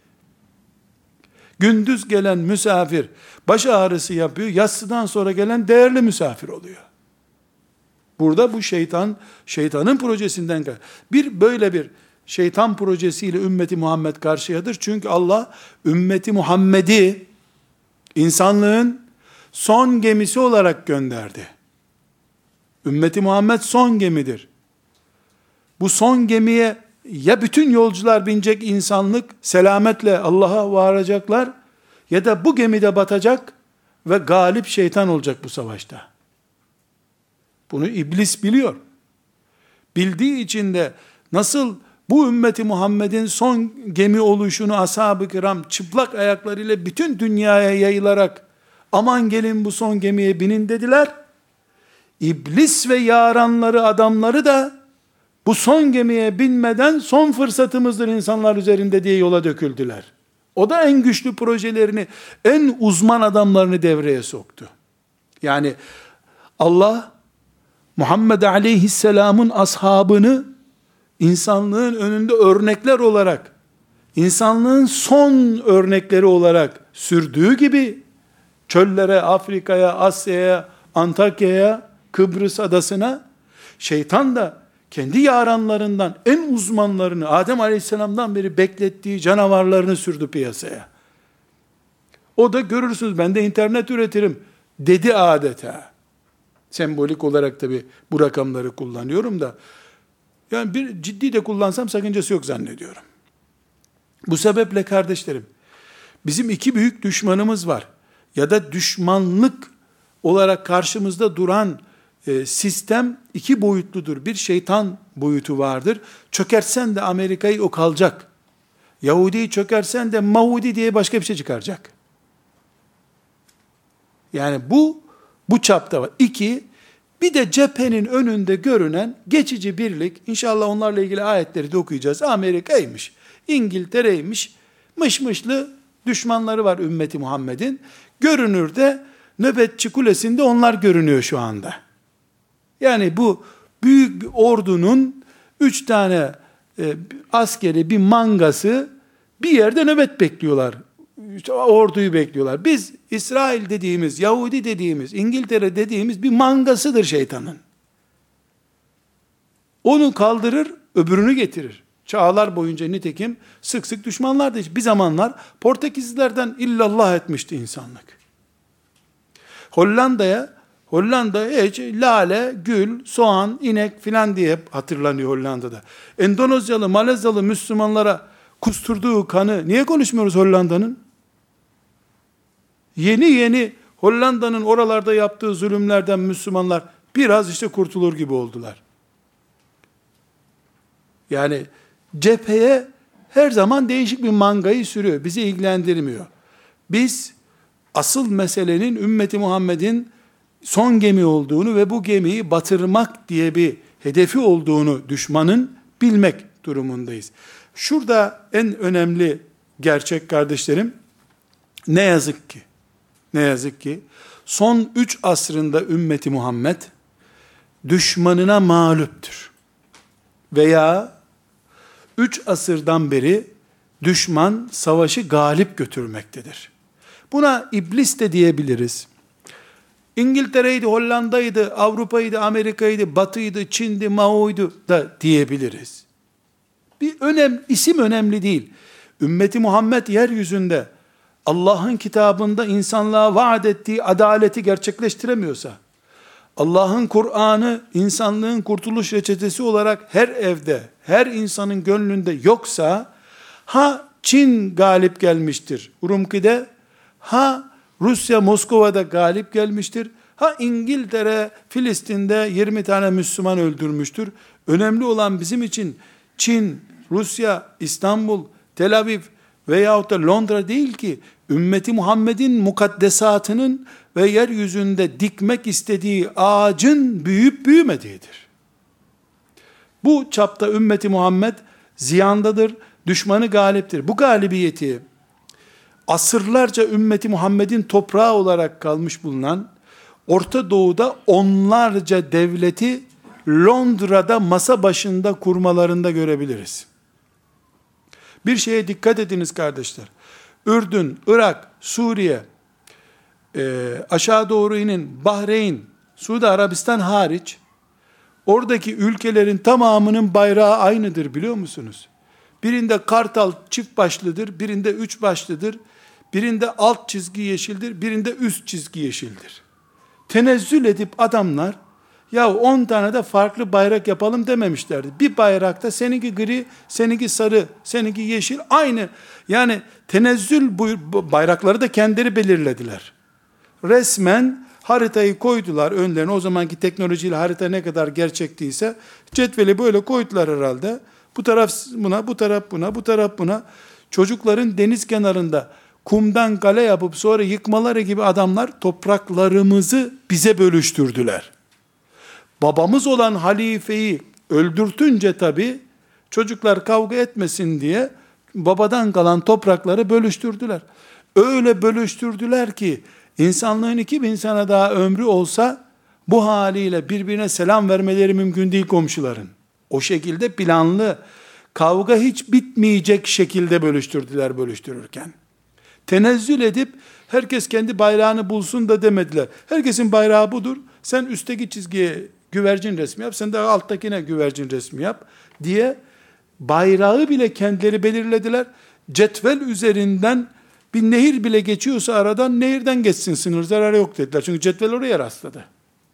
Gündüz gelen misafir baş ağrısı yapıyor, yatsıdan sonra gelen değerli misafir oluyor. Burada bu şeytan, şeytanın projesinden bir böyle bir şeytan projesiyle ümmeti Muhammed karşıyadır. Çünkü Allah ümmeti Muhammed'i insanlığın son gemisi olarak gönderdi. Ümmeti Muhammed son gemidir. Bu son gemiye ya bütün yolcular binecek, insanlık selametle Allah'a varacaklar, ya da bu gemide batacak ve galip şeytan olacak bu savaşta. Bunu iblis biliyor. Bildiği için de nasıl bu ümmeti Muhammed'in son gemi oluşunu ashab-ı kiram çıplak ayaklarıyla bütün dünyaya yayılarak aman gelin bu son gemiye binin dediler. İblis ve yaranları, adamları da bu son gemiye binmeden son fırsatımızdır insanlar üzerinde diye yola döküldüler. O da en güçlü projelerini, en uzman adamlarını devreye soktu. Yani Allah Muhammed Aleyhisselam'ın ashabını insanlığın önünde örnekler olarak, insanlığın son örnekleri olarak sürdüğü gibi çöllere, Afrika'ya, Asya'ya, Antakya'ya, Kıbrıs adasına, şeytan da kendi yaranlarından en uzmanlarını, Adem Aleyhisselam'dan beri beklettiği canavarlarını sürdü piyasaya. O da görürsünüz ben de internet üretirim dedi adeta. Sembolik olarak tabi bu rakamları kullanıyorum da, yani bir ciddi de kullansam sakıncası yok zannediyorum. Bu sebeple kardeşlerim, bizim iki büyük düşmanımız var. Ya da düşmanlık olarak karşımızda duran e, sistem iki boyutludur. Bir şeytan boyutu vardır. Çökertsen de Amerika'yı o kalacak. Yahudi'yi çökersen de Mahudi diye başka bir şey çıkaracak. Yani bu, bu çapta var. İki, bir de cephenin önünde görünen geçici birlik, inşallah onlarla ilgili ayetleri de okuyacağız. Amerika'ymış, İngiltere'ymiş, mışmışlı düşmanları var ümmeti Muhammed'in. Görünürde nöbetçi kulesinde onlar görünüyor şu anda. Yani bu büyük bir ordunun üç tane e, askeri, bir mangası bir yerde nöbet bekliyorlar. Orduyu bekliyorlar. Biz İsrail dediğimiz, Yahudi dediğimiz, İngiltere dediğimiz bir mangasıdır şeytanın. Onu kaldırır, öbürünü getirir. Çağlar boyunca nitekim sık sık düşmanlardı. Bir zamanlar Portekizlilerden illallah etmişti insanlık. Hollanda'ya, Hollanda'ya hiç lale, gül, soğan, inek filan diye hep hatırlanıyor Hollanda'da. Endonezyalı, Malezyalı Müslümanlara kusturduğu kanı niye konuşmuyoruz Hollanda'nın? Yeni yeni Hollanda'nın oralarda yaptığı zulümlerden Müslümanlar biraz işte kurtulur gibi oldular. Yani cepheye her zaman değişik bir mangayı sürüyor. Bizi ilgilendirmiyor. Biz asıl meselenin ümmeti Muhammed'in son gemi olduğunu ve bu gemiyi batırmak diye bir hedefi olduğunu düşmanın bilmek durumundayız. Şurada en önemli gerçek kardeşlerim, ne yazık ki, ne yazık ki son üç asrında ümmeti Muhammed düşmanına mağluptur. Veya üç asırdan beri düşman savaşı galip götürmektedir. Buna iblis de diyebiliriz. İngiltere'ydi, Hollanda'ydı, Avrupa'ydı, Amerika'ydı, Batı'ydı, Çin'di, Mao'ydu da diyebiliriz. Bir önem, isim önemli değil. Ümmeti Muhammed yeryüzünde Allah'ın kitabında insanlığa vaat ettiği adaleti gerçekleştiremiyorsa, Allah'ın Kur'an'ı insanlığın kurtuluş reçetesi olarak her evde, her insanın gönlünde yoksa, ha Çin galip gelmiştir Urumqi'de, ha Rusya Moskova'da galip gelmiştir, ha İngiltere Filistin'de yirmi tane Müslüman öldürmüştür. Önemli olan bizim için Çin, Rusya, İstanbul, Tel Aviv veyahut da Londra değil ki, ümmeti Muhammed'in mukaddesatının ve yeryüzünde dikmek istediği ağacın büyüyüp büyümediğidir. Bu çapta ümmeti Muhammed ziyandadır, düşmanı galiptir. Bu galibiyeti asırlarca ümmeti Muhammed'in toprağı olarak kalmış bulunan Orta Doğu'da onlarca devleti Londra'da masa başında kurmalarında görebiliriz. Bir şeye dikkat ediniz kardeşler. Ürdün, Irak, Suriye, e, aşağı doğru inin Bahreyn, Suudi Arabistan hariç, oradaki ülkelerin tamamının bayrağı aynıdır biliyor musunuz? Birinde kartal çift başlıdır, birinde üç başlıdır, birinde alt çizgi yeşildir, birinde üst çizgi yeşildir. Tenezzül edip adamlar, ya on tane de farklı bayrak yapalım dememişlerdi. Bir bayrakta seninki gri, seninki sarı, seninki yeşil, aynı. Yani tenezzül bayrakları da kendileri belirlediler. Resmen haritayı koydular önlerine. O zamanki teknolojiyle harita ne kadar gerçektiyse cetveli böyle koydular herhalde. Bu taraf buna, bu taraf buna, bu taraf buna. Çocukların deniz kenarında kumdan kale yapıp sonra yıkmaları gibi adamlar topraklarımızı bize bölüştürdüler. Babamız olan halifeyi öldürtünce tabi çocuklar kavga etmesin diye babadan kalan toprakları bölüştürdüler. Öyle bölüştürdüler ki insanlığın iki bin sene daha ömrü olsa bu haliyle birbirine selam vermeleri mümkün değil komşuların. O şekilde planlı, kavga hiç bitmeyecek şekilde bölüştürdüler bölüştürürken. Tenezzül edip herkes kendi bayrağını bulsun da demediler. Herkesin bayrağı budur. Sen üstteki çizgiye güvercin resmi yap, sen de alttakine güvercin resmi yap diye bayrağı bile kendileri belirlediler. Cetvel üzerinden bir nehir bile geçiyorsa aradan nehirden geçsin, sınır zararı yok dediler. Çünkü cetvel oraya rastladı.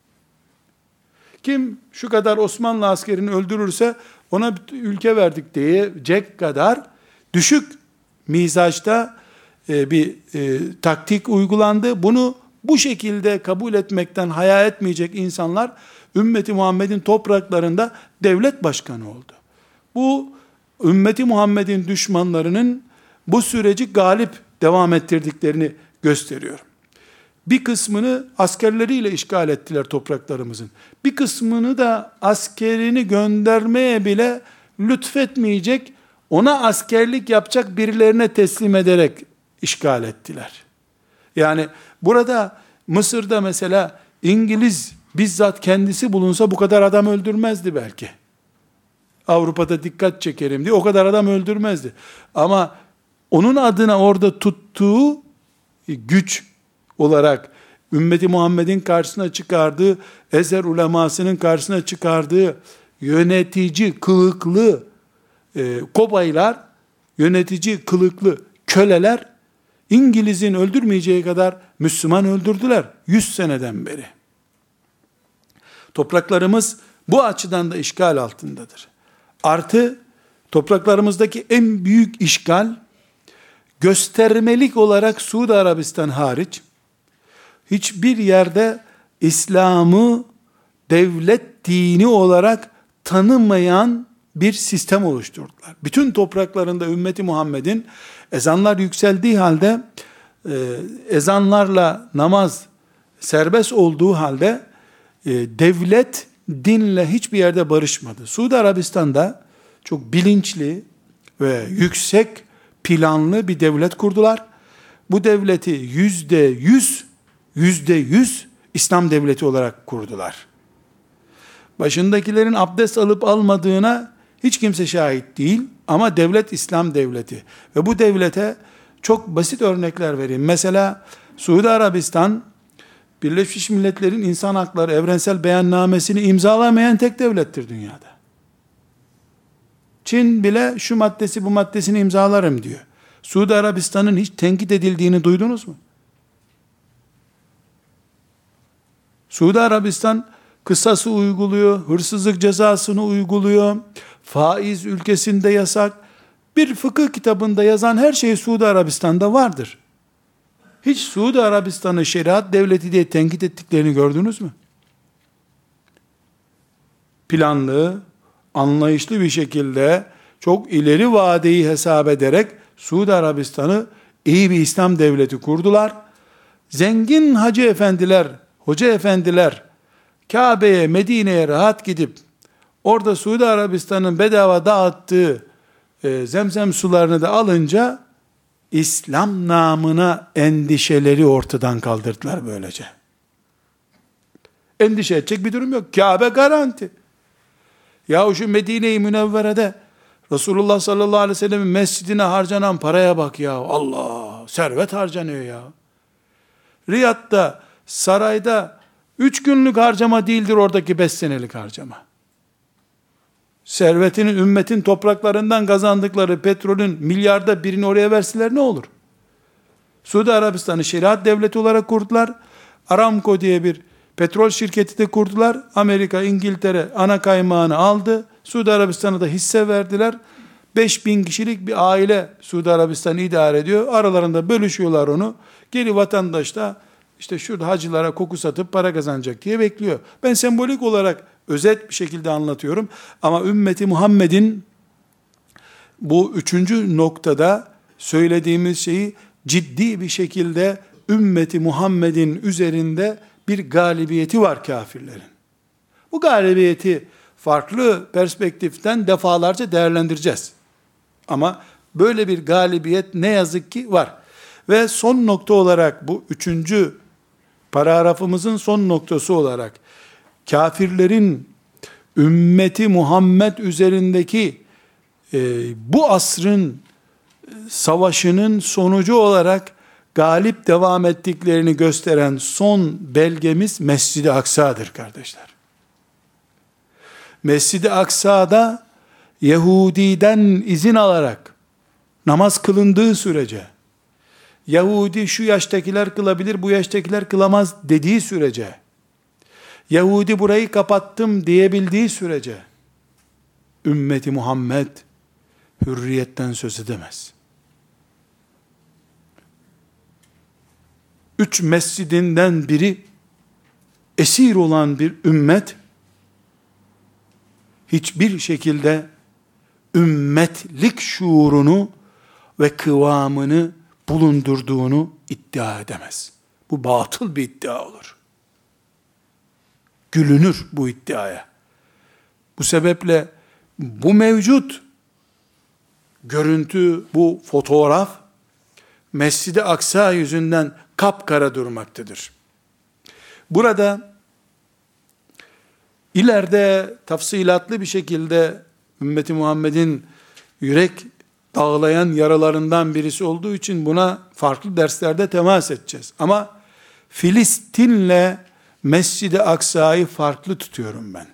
Kim şu kadar Osmanlı askerini öldürürse ona bir ülke verdik diyecek kadar düşük mizaçta e, bir e, taktik uygulandı. Bunu bu şekilde kabul etmekten haya etmeyecek insanlar ümmeti Muhammed'in topraklarında devlet başkanı oldu. Bu ümmeti Muhammed'in düşmanlarının bu süreci galip devam ettirdiklerini gösteriyor. Bir kısmını askerleriyle işgal ettiler topraklarımızın. Bir kısmını da askerini göndermeye bile lütfetmeyecek, ona askerlik yapacak birilerine teslim ederek işgal ettiler. Yani burada Mısır'da mesela İngiliz bizzat kendisi bulunsa bu kadar adam öldürmezdi belki. Avrupa'da dikkat çekerim diye o kadar adam öldürmezdi. Ama onun adına orada tuttuğu güç olarak ümmeti Muhammed'in karşısına çıkardığı, Ezer ulemasının karşısına çıkardığı yönetici kılıklı e, kobaylar, yönetici kılıklı köleler İngiliz'in öldürmeyeceği kadar Müslüman öldürdüler yüz seneden beri. Topraklarımız bu açıdan da işgal altındadır. Artı topraklarımızdaki en büyük işgal, göstermelik olarak Suudi Arabistan hariç hiçbir yerde İslam'ı devlet dini olarak tanımayan bir sistem oluşturdular. Bütün topraklarında ümmeti Muhammed'in ezanlar yükseldiği halde e, ezanlarla namaz serbest olduğu halde e, devlet dinle hiçbir yerde barışmadı. Suudi Arabistan'da çok bilinçli ve yüksek planlı bir devlet kurdular. Bu devleti yüzde yüz, yüzde yüz İslam devleti olarak kurdular. Başındakilerin abdest alıp almadığına hiç kimse şahit değil ama devlet İslam devleti. Ve bu devlete çok basit örnekler vereyim. Mesela Suudi Arabistan, Birleşmiş Milletler'in İnsan Hakları Evrensel Beyannamesini imzalamayan tek devlettir dünyada. Çin bile şu maddesi bu maddesini imzalarım diyor. Suudi Arabistan'ın hiç tenkit edildiğini duydunuz mu? Suudi Arabistan kısası uyguluyor, hırsızlık cezasını uyguluyor, faiz ülkesinde yasak. Bir fıkıh kitabında yazan her şey Suudi Arabistan'da vardır. Hiç Suudi Arabistan'ı şeriat devleti diye tenkit ettiklerini gördünüz mü? Planlı, anlayışlı bir şekilde çok ileri vadeyi hesap ederek Suudi Arabistan'ı iyi bir İslam devleti kurdular. Zengin hacı efendiler, hoca efendiler Kabe'ye, Medine'ye rahat gidip orada Suudi Arabistan'ın bedava dağıttığı e, zemzem sularını da alınca İslam namına endişeleri ortadan kaldırdılar böylece. Endişe edecek bir durum yok. Kabe garanti. Ya şu Medine-i Münevvere'de Resulullah sallallahu aleyhi ve sellem'in mescidine harcanan paraya bak ya. Allah, servet harcanıyor ya. Riyad'da, sarayda üç günlük harcama değildir oradaki beş senelik harcama. Servetini ümmetin topraklarından kazandıkları petrolün milyarda birini oraya verseler ne olur? Suudi Arabistan'ı şeriat devleti olarak kurdular. Aramco diye bir petrol şirketi de kurdular. Amerika, İngiltere ana kaymağını aldı. Suudi Arabistan'a da hisse verdiler. beş bin kişilik bir aile Suudi Arabistan'ı idare ediyor. Aralarında bölüşüyorlar onu. Geri vatandaş da işte şurada hacılara koku satıp para kazanacak diye bekliyor. Ben sembolik olarak özet bir şekilde anlatıyorum. Ama ümmeti Muhammed'in bu üçüncü noktada söylediğimiz şeyi ciddi bir şekilde ümmeti Muhammed'in üzerinde bir galibiyeti var kafirlerin. Bu galibiyeti farklı perspektiften defalarca değerlendireceğiz. Ama böyle bir galibiyet ne yazık ki var. Ve son nokta olarak bu üçüncü paragrafımızın son noktası olarak kafirlerin ümmeti Muhammed üzerindeki e, bu asrın savaşının sonucu olarak galip devam ettiklerini gösteren son belgemiz Mescid-i Aksa'dır kardeşler. Mescid-i Aksa'da Yahudi'den izin alarak namaz kılındığı sürece, Yahudi şu yaştakiler kılabilir, bu yaştakiler kılamaz dediği sürece, Yahudi burayı kapattım diyebildiği sürece, ümmeti Muhammed hürriyetten söz edemez. Üç mescidinden biri esir olan bir ümmet, hiçbir şekilde ümmetlik şuurunu ve kıvamını bulundurduğunu iddia edemez. Bu batıl bir iddia olur. Gülünür bu iddiaya. Bu sebeple bu mevcut görüntü, bu fotoğraf Mescid-i Aksa yüzünden kapkara durmaktadır. Burada ileride tafsilatlı bir şekilde ümmeti Muhammed'in yürek dağlayan yaralarından birisi olduğu için buna farklı derslerde temas edeceğiz. Ama Filistin'le Mescid-i Aksa'yı farklı tutuyorum ben.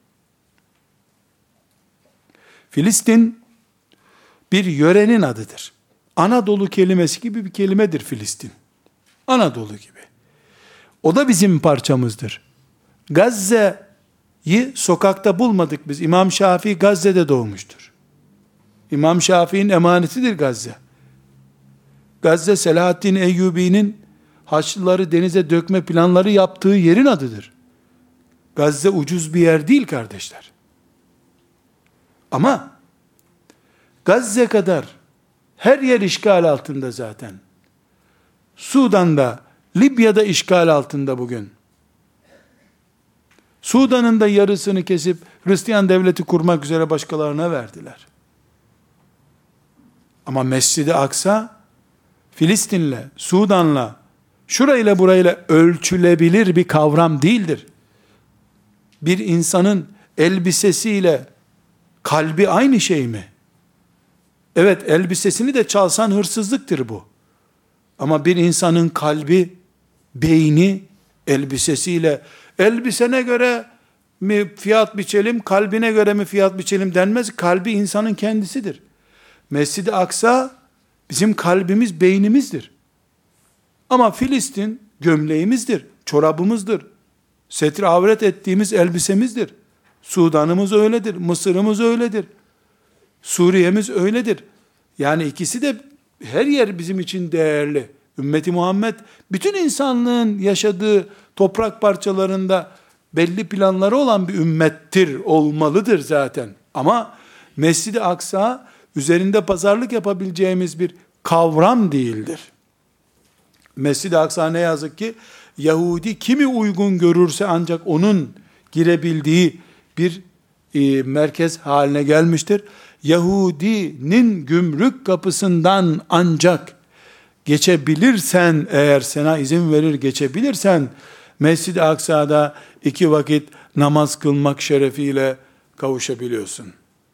Filistin bir yörenin adıdır. Anadolu kelimesi gibi bir kelimedir Filistin. Anadolu gibi. O da bizim parçamızdır. Gazze'yi sokakta bulmadık biz. İmam Şafii Gazze'de doğmuştur. İmam Şafii'nin emanetidir Gazze. Gazze, Selahaddin Eyyubi'nin Haçlıları denize dökme planları yaptığı yerin adıdır. Gazze ucuz bir yer değil kardeşler. Ama Gazze kadar her yer işgal altında zaten. Sudan'da Libya'da işgal altında bugün. Sudan'ın da yarısını kesip Hristiyan devleti kurmak üzere başkalarına verdiler. Ama Mescid-i Aksa Filistin'le, Sudan'la, şurayla burayla ölçülebilir bir kavram değildir. Bir insanın elbisesiyle kalbi aynı şey mi? Evet, elbisesini de çalsan hırsızlıktır bu. Ama bir insanın kalbi, beyni, elbisesiyle, elbisene göre mi fiyat biçelim, kalbine göre mi fiyat biçelim denmez. Kalbi insanın kendisidir. Mescid-i Aksa bizim kalbimiz, beynimizdir. Ama Filistin gömleğimizdir, çorabımızdır. Setre avret ettiğimiz elbisemizdir. Sudan'ımız öyledir, Mısır'ımız öyledir. Suriye'miz öyledir. Yani ikisi de, her yer bizim için değerli. Ümmeti Muhammed bütün insanlığın yaşadığı toprak parçalarında belli planları olan bir ümmettir, olmalıdır zaten. Ama Mescid-i Aksa üzerinde pazarlık yapabileceğimiz bir kavram değildir. Mescid-i Aksa ne yazık ki Yahudi kimi uygun görürse ancak onun girebildiği bir e, merkez haline gelmiştir. Yahudinin gümrük kapısından ancak geçebilirsen, eğer sana izin verir geçebilirsen, Mescid-i Aksa'da iki vakit namaz kılmak şerefiyle kavuşabiliyorsun.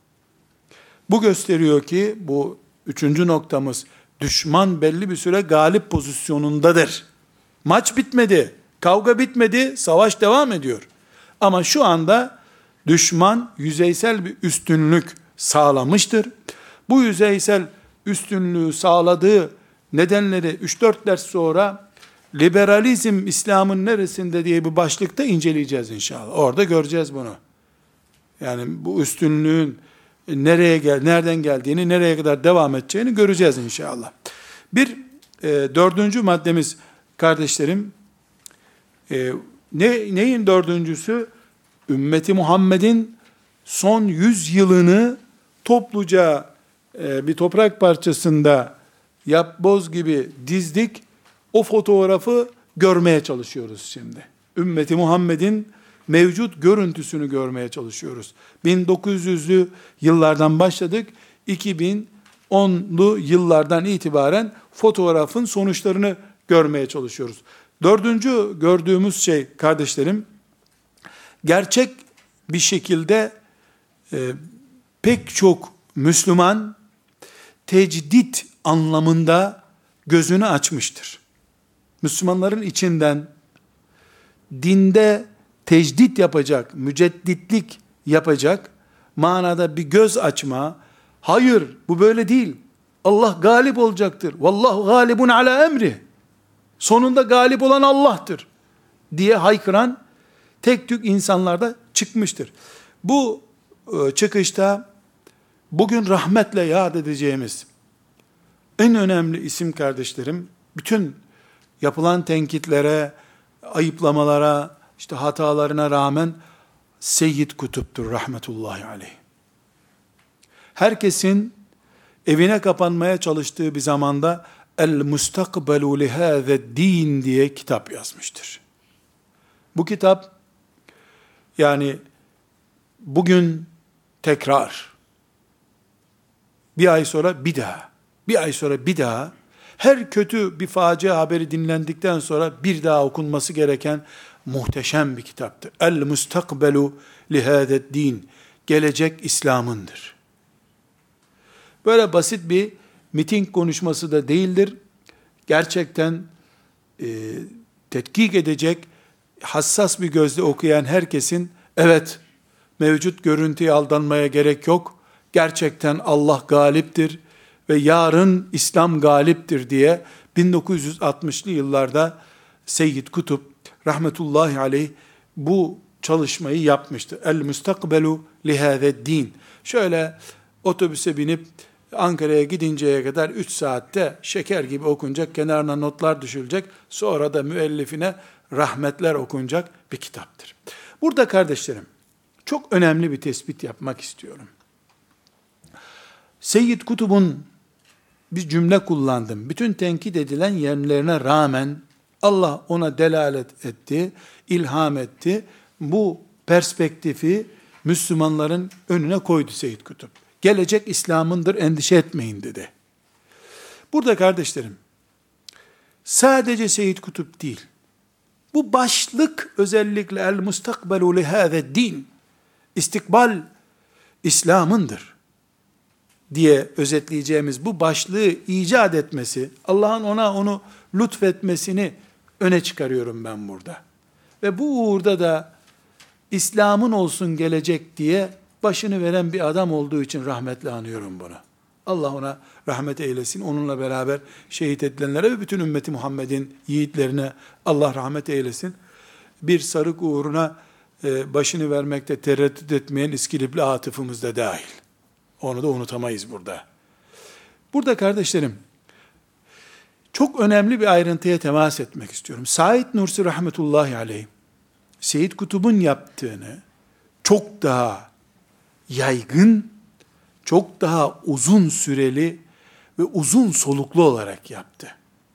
Bu gösteriyor ki, bu üçüncü noktamız, düşman belli bir süre galip pozisyonundadır. Maç bitmedi, kavga bitmedi, savaş devam ediyor. Ama şu anda düşman yüzeysel bir üstünlük sağlamıştır. Bu yüzeysel üstünlüğü sağladığı nedenleri üç dört ders sonra liberalizm İslam'ın neresinde diye bir başlıkta inceleyeceğiz inşallah. Orada göreceğiz bunu. Yani bu üstünlüğün nereye gel, nereden geldiğini, nereye kadar devam edeceğini göreceğiz inşallah. Bir e, dördüncü maddemiz kardeşlerim, e, ne, neyin dördüncüsü? Ümmeti Muhammed'in son yüz yılını topluca e, bir toprak parçasında yapboz gibi dizdik. O fotoğrafı görmeye çalışıyoruz şimdi. Ümmeti Muhammed'in mevcut görüntüsünü görmeye çalışıyoruz. bin dokuz yüzlü yıllardan başladık. iki bin onlu yıllardan itibaren fotoğrafın sonuçlarını görmeye çalışıyoruz. Dördüncü gördüğümüz şey kardeşlerim, gerçek bir şekilde e, pek çok Müslüman tecdit anlamında gözünü açmıştır. Müslümanların içinden dinde tecdit yapacak, mücedditlik yapacak manada bir göz açma, hayır bu böyle değil, Allah galip olacaktır, vallahu galibun ala emri, sonunda galip olan Allah'tır diye haykıran tek tük insanlarda çıkmıştır. Bu e, çıkışta bugün rahmetle yad edeceğimiz en önemli isim kardeşlerim, bütün yapılan tenkitlere, ayıplamalara, işte hatalarına rağmen Seyyid Kutup'tur rahmetullahi aleyh. Herkesin evine kapanmaya çalıştığı bir zamanda El Mustakbelu Lihâzed Din diye kitap yazmıştır. Bu kitap, yani bugün tekrar, bir ay sonra bir daha, bir ay sonra bir daha, her kötü bir facia haberi dinlendikten sonra bir daha okunması gereken muhteşem bir kitaptır. El Mustakbelu Lihâzed Din, gelecek İslam'ındır. Böyle basit bir miting konuşması da değildir. Gerçekten e, tetkik edecek, hassas bir gözle okuyan herkesin, evet mevcut görüntüye aldanmaya gerek yok, gerçekten Allah galiptir ve yarın İslam galiptir diye bin dokuz yüz altmışlı yıllarda Seyyid Kutup rahmetullahi aleyh bu çalışmayı yapmıştı. El Mustakbelu Lihâzed Din. Şöyle otobüse binip Ankara'ya gidinceye kadar üç saatte şeker gibi okunacak, kenarına notlar düşülecek, sonra da müellifine rahmetler okunacak bir kitaptır. Burada kardeşlerim, çok önemli bir tespit yapmak istiyorum. Seyyid Kutub'un bir cümle kullandım. Bütün tenkit edilen yerlerine rağmen Allah ona delalet etti, ilham etti. Bu perspektifi Müslümanların önüne koydu Seyyid Kutup. Gelecek İslam'ındır, endişe etmeyin dedi. Burada kardeşlerim, sadece Seyyid Kutup değil, bu başlık özellikle el mustakbelu lihâze din, istikbal İslam'ındır diye özetleyeceğimiz bu başlığı icat etmesi, Allah'ın ona onu lütfetmesini öne çıkarıyorum ben burada. Ve bu uğurda da İslam'ın olsun gelecek diye başını veren bir adam olduğu için rahmetle anıyorum bunu. Allah ona rahmet eylesin. Onunla beraber şehit edilenlere ve bütün ümmeti Muhammed'in yiğitlerine Allah rahmet eylesin. Bir sarık uğruna e, başını vermekte tereddüt etmeyen İskilipli Atıf'ımız da dahil. Onu da unutamayız burada. Burada kardeşlerim, çok önemli bir ayrıntıya temas etmek istiyorum. Said Nursi rahmetullahi aleyh, Seyyid Kutub'un yaptığını çok daha yaygın, çok daha uzun süreli ve uzun soluklu olarak yaptı.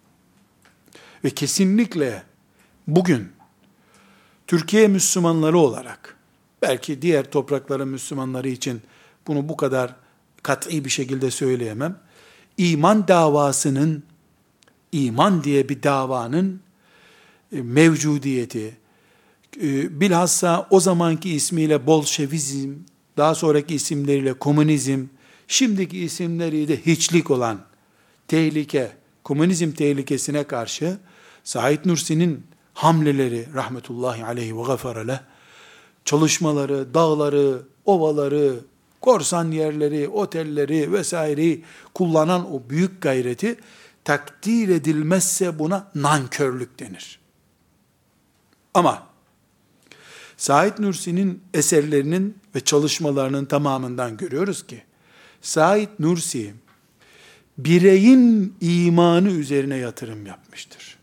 Ve kesinlikle bugün Türkiye Müslümanları olarak, belki diğer toprakların Müslümanları için bunu bu kadar kat'i bir şekilde söyleyemem, iman davasının, iman diye bir davanın mevcudiyeti, bilhassa o zamanki ismiyle Bolşevizm, daha sonraki isimleriyle komünizm, şimdiki isimleriyle hiçlik olan tehlike, komünizm tehlikesine karşı Said Nursi'nin hamleleri rahmetullahi aleyhi ve gafara leh, çalışmaları, dağları, ovaları, korsan yerleri, otelleri vesaireyi kullanan o büyük gayreti takdir edilmezse buna nankörlük denir. Ama Said Nursi'nin eserlerinin ve çalışmalarının tamamından görüyoruz ki, Said Nursi, bireyin imanı üzerine yatırım yapmıştır.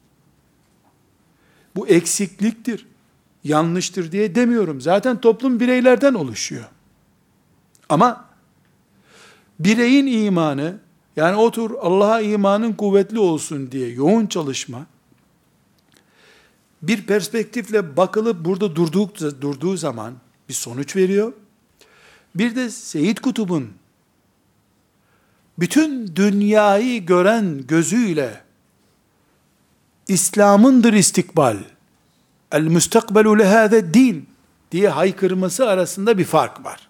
Bu eksikliktir, yanlıştır diye demiyorum. Zaten toplum bireylerden oluşuyor. Ama bireyin imanı, yani otur Allah'a imanın kuvvetli olsun diye yoğun çalışma, bir perspektifle bakılıp burada durduğu, durduğu zaman bir sonuç veriyor. Bir de Seyyid Kutub'un bütün dünyayı gören gözüyle İslam'ındır istikbal, el müstakbelu lehâze din diye haykırması arasında bir fark var.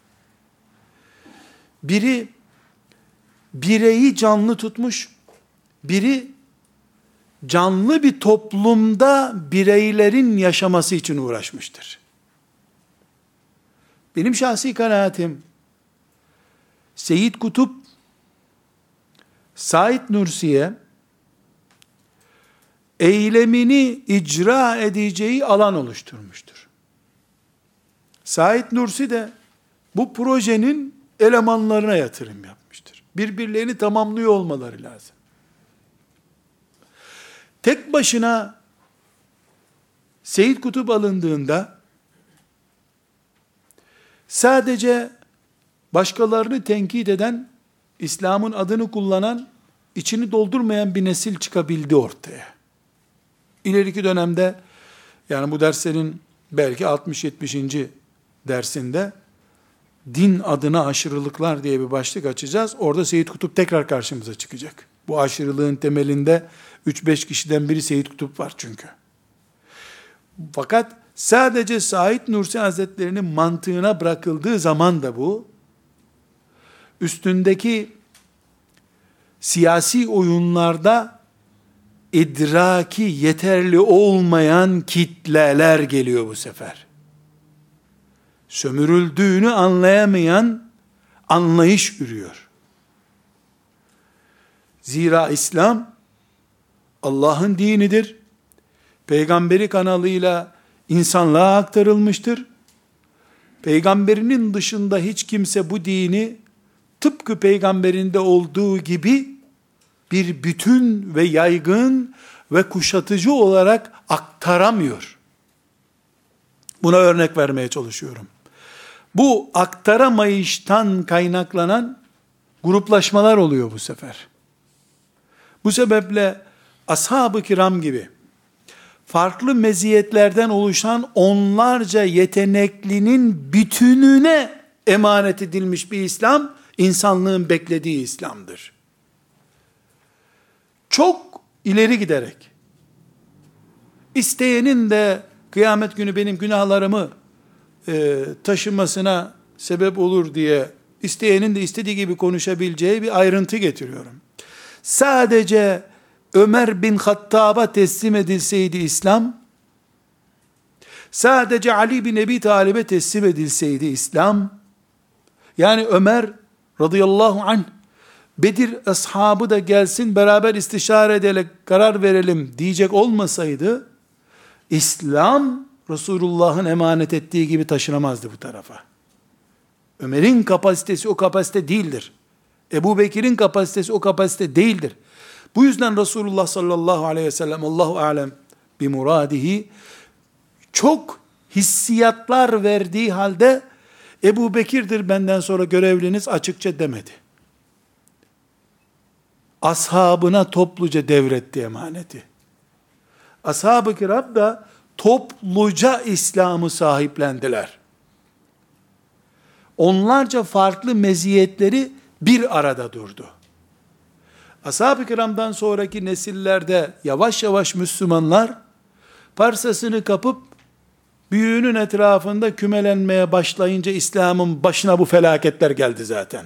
Biri bireyi canlı tutmuş, biri canlı bir toplumda bireylerin yaşaması için uğraşmıştır. Benim şahsi kanaatim, Seyyid Kutup, Said Nursi'ye eylemini icra edeceği alan oluşturmuştur. Said Nursi de bu projenin elemanlarına yatırım yapmıştır. Birbirlerini tamamlıyor olmaları lazım. Tek başına Seyyid Kutup alındığında sadece başkalarını tenkit eden, İslam'ın adını kullanan, içini doldurmayan bir nesil çıkabildi ortaya. İleriki dönemde, yani bu derslerin belki altmış yetmişinci dersinde din adına aşırılıklar diye bir başlık açacağız. Orada Seyyid Kutup tekrar karşımıza çıkacak. Bu aşırılığın temelinde üç beş kişiden biri Seyyid Kutup var çünkü. Fakat sadece Said Nursi Hazretleri'nin mantığına bırakıldığı zaman da bu, üstündeki siyasi oyunlarda idraki yeterli olmayan kitleler geliyor bu sefer. Sömürüldüğünü anlayamayan anlayış ürüyor. Zira İslam Allah'ın dinidir. Peygamberi kanalıyla insanlığa aktarılmıştır. Peygamberinin dışında hiç kimse bu dini tıpkı peygamberinde olduğu gibi bir bütün ve yaygın ve kuşatıcı olarak aktaramıyor. Buna örnek vermeye çalışıyorum. Bu aktaramayıştan kaynaklanan gruplaşmalar oluyor bu sefer. Bu sebeple ashab-ı kiram gibi, farklı meziyetlerden oluşan onlarca yeteneklinin bütününe emanet edilmiş bir İslam, insanlığın beklediği İslam'dır. Çok ileri giderek, isteyenin de kıyamet günü benim günahlarımı e, taşımasına sebep olur diye, isteyenin de istediği gibi konuşabileceği bir ayrıntı getiriyorum. Sadece Ömer bin Hattab'a teslim edilseydi İslam, sadece Ali bin Ebi Talib'e teslim edilseydi İslam, yani Ömer radıyallahu anh, Bedir ashabı da gelsin beraber istişare edelim, karar verelim diyecek olmasaydı, İslam Resulullah'ın emanet ettiği gibi taşınamazdı bu tarafa. Ömer'in kapasitesi o kapasite değildir. Ebu Bekir'in kapasitesi o kapasite değildir. Bu yüzden Resulullah sallallahu aleyhi ve sellem, Allahu alem bi muradihi, çok hissiyatlar verdiği halde Ebu Bekir'dir benden sonra görevliniz açıkça demedi. Ashabına topluca devretti emaneti. Ashab-ı kiram da topluca İslam'ı sahiplendiler. Onlarca farklı meziyetleri bir arada durdu. Ashab-ı kiramdan sonraki nesillerde yavaş yavaş Müslümanlar parsasını kapıp büyüğünün etrafında kümelenmeye başlayınca İslam'ın başına bu felaketler geldi zaten.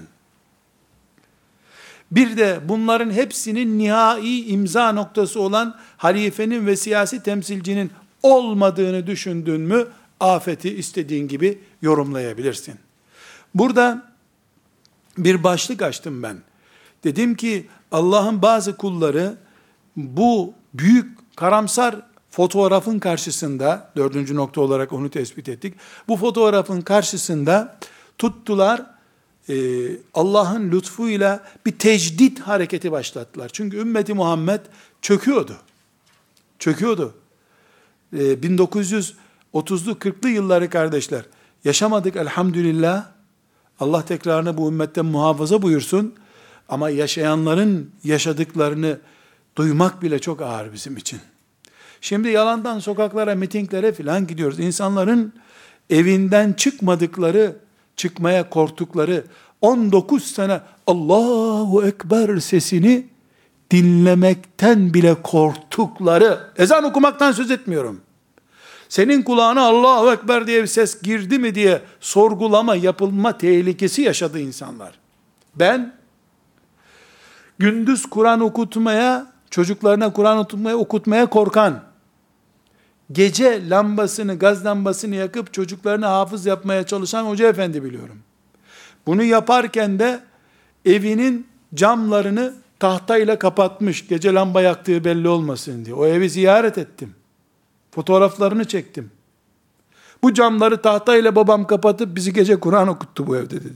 Bir de bunların hepsinin nihai imza noktası olan halifenin ve siyasi temsilcinin olmadığını düşündün mü, afeti istediğin gibi yorumlayabilirsin. Burada bir başlık açtım ben. Dedim ki Allah'ın bazı kulları bu büyük karamsar fotoğrafın karşısında, dördüncü nokta olarak onu tespit ettik. Bu fotoğrafın karşısında tuttular, e, Allah'ın lütfuyla bir tecdit hareketi başlattılar. Çünkü ümmeti Muhammed çöküyordu. Çöküyordu. E, bin dokuz yüz otuzlu kırklı yılları kardeşler yaşamadık elhamdülillah. Allah tekrarını bu ümmetten muhafaza buyursun. Ama yaşayanların yaşadıklarını duymak bile çok ağır bizim için. Şimdi yalandan sokaklara, mitinglere filan gidiyoruz. İnsanların evinden çıkmadıkları, çıkmaya korktukları on dokuz sene Allahu Ekber sesini dinlemekten bile korktukları, ezan okumaktan söz etmiyorum. Senin kulağına Allahu Ekber diye bir ses girdi mi diye sorgulama yapılma tehlikesi yaşadı insanlar. Ben gündüz Kur'an okutmaya, çocuklarına Kur'an okutmaya, okutmaya korkan, gece lambasını, gaz lambasını yakıp çocuklarına hafız yapmaya çalışan hoca efendi biliyorum. Bunu yaparken de evinin camlarını tahtayla kapatmış, gece lamba yaktığı belli olmasın diye. O evi ziyaret ettim. Fotoğraflarını çektim. Bu camları tahtayla babam kapatıp bizi gece Kur'an okuttu bu evde dedi.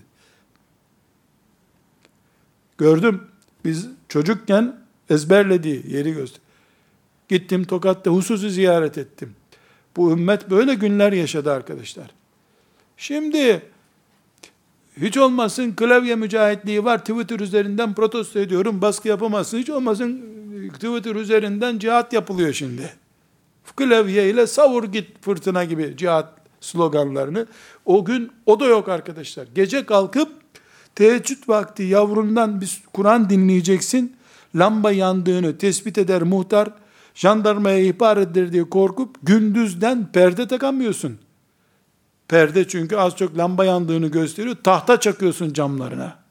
Gördüm. Biz çocukken ezberlediği yeri göster. Gittim Tokat'ta hususi ziyaret ettim. Bu ümmet böyle günler yaşadı arkadaşlar. Şimdi hiç olmasın klavye mücahitliği var. Twitter üzerinden protesto ediyorum. Baskı yapamazsın. Hiç olmasın Twitter üzerinden cihat yapılıyor şimdi. Klavye ile savur git fırtına gibi cihat sloganlarını. O gün o da yok arkadaşlar. Gece kalkıp teheccüd vakti yavrundan bir Kur'an dinleyeceksin. Lamba yandığını tespit eder muhtar. Jandarmaya ihbar eder diye korkup gündüzden perde takamıyorsun. Perde çünkü az çok lamba yandığını gösteriyor. Tahta çakıyorsun camlarına.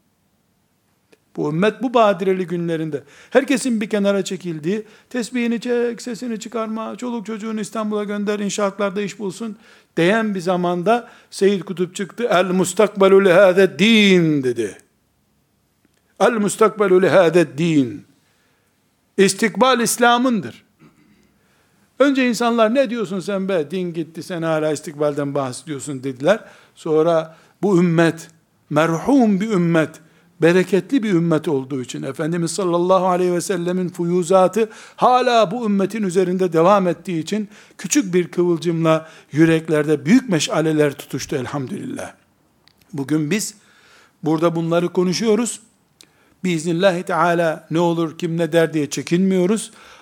Bu ümmet bu badireli günlerinde herkesin bir kenara çekildiği, tesbihini çek, sesini çıkarma, çoluk çocuğunu İstanbul'a gönder, inşaatlarda iş bulsun diyen bir zamanda Seyyid Kutup çıktı. El mustakbelu lehâde din dedi. El mustakbelu lehâde din. İstikbal İslam'ındır. Önce insanlar ne diyorsun sen be, din gitti, sen hala istikbalden bahsediyorsun dediler. Sonra bu ümmet, merhum bir ümmet, bereketli bir ümmet olduğu için, Efendimiz sallallahu aleyhi ve sellemin fuyuzatı hala bu ümmetin üzerinde devam ettiği için, küçük bir kıvılcımla yüreklerde büyük meşaleler tutuştu elhamdülillah. Bugün biz burada bunları konuşuyoruz. Biiznillahü teala ne olur kim ne der diye çekinmiyoruz.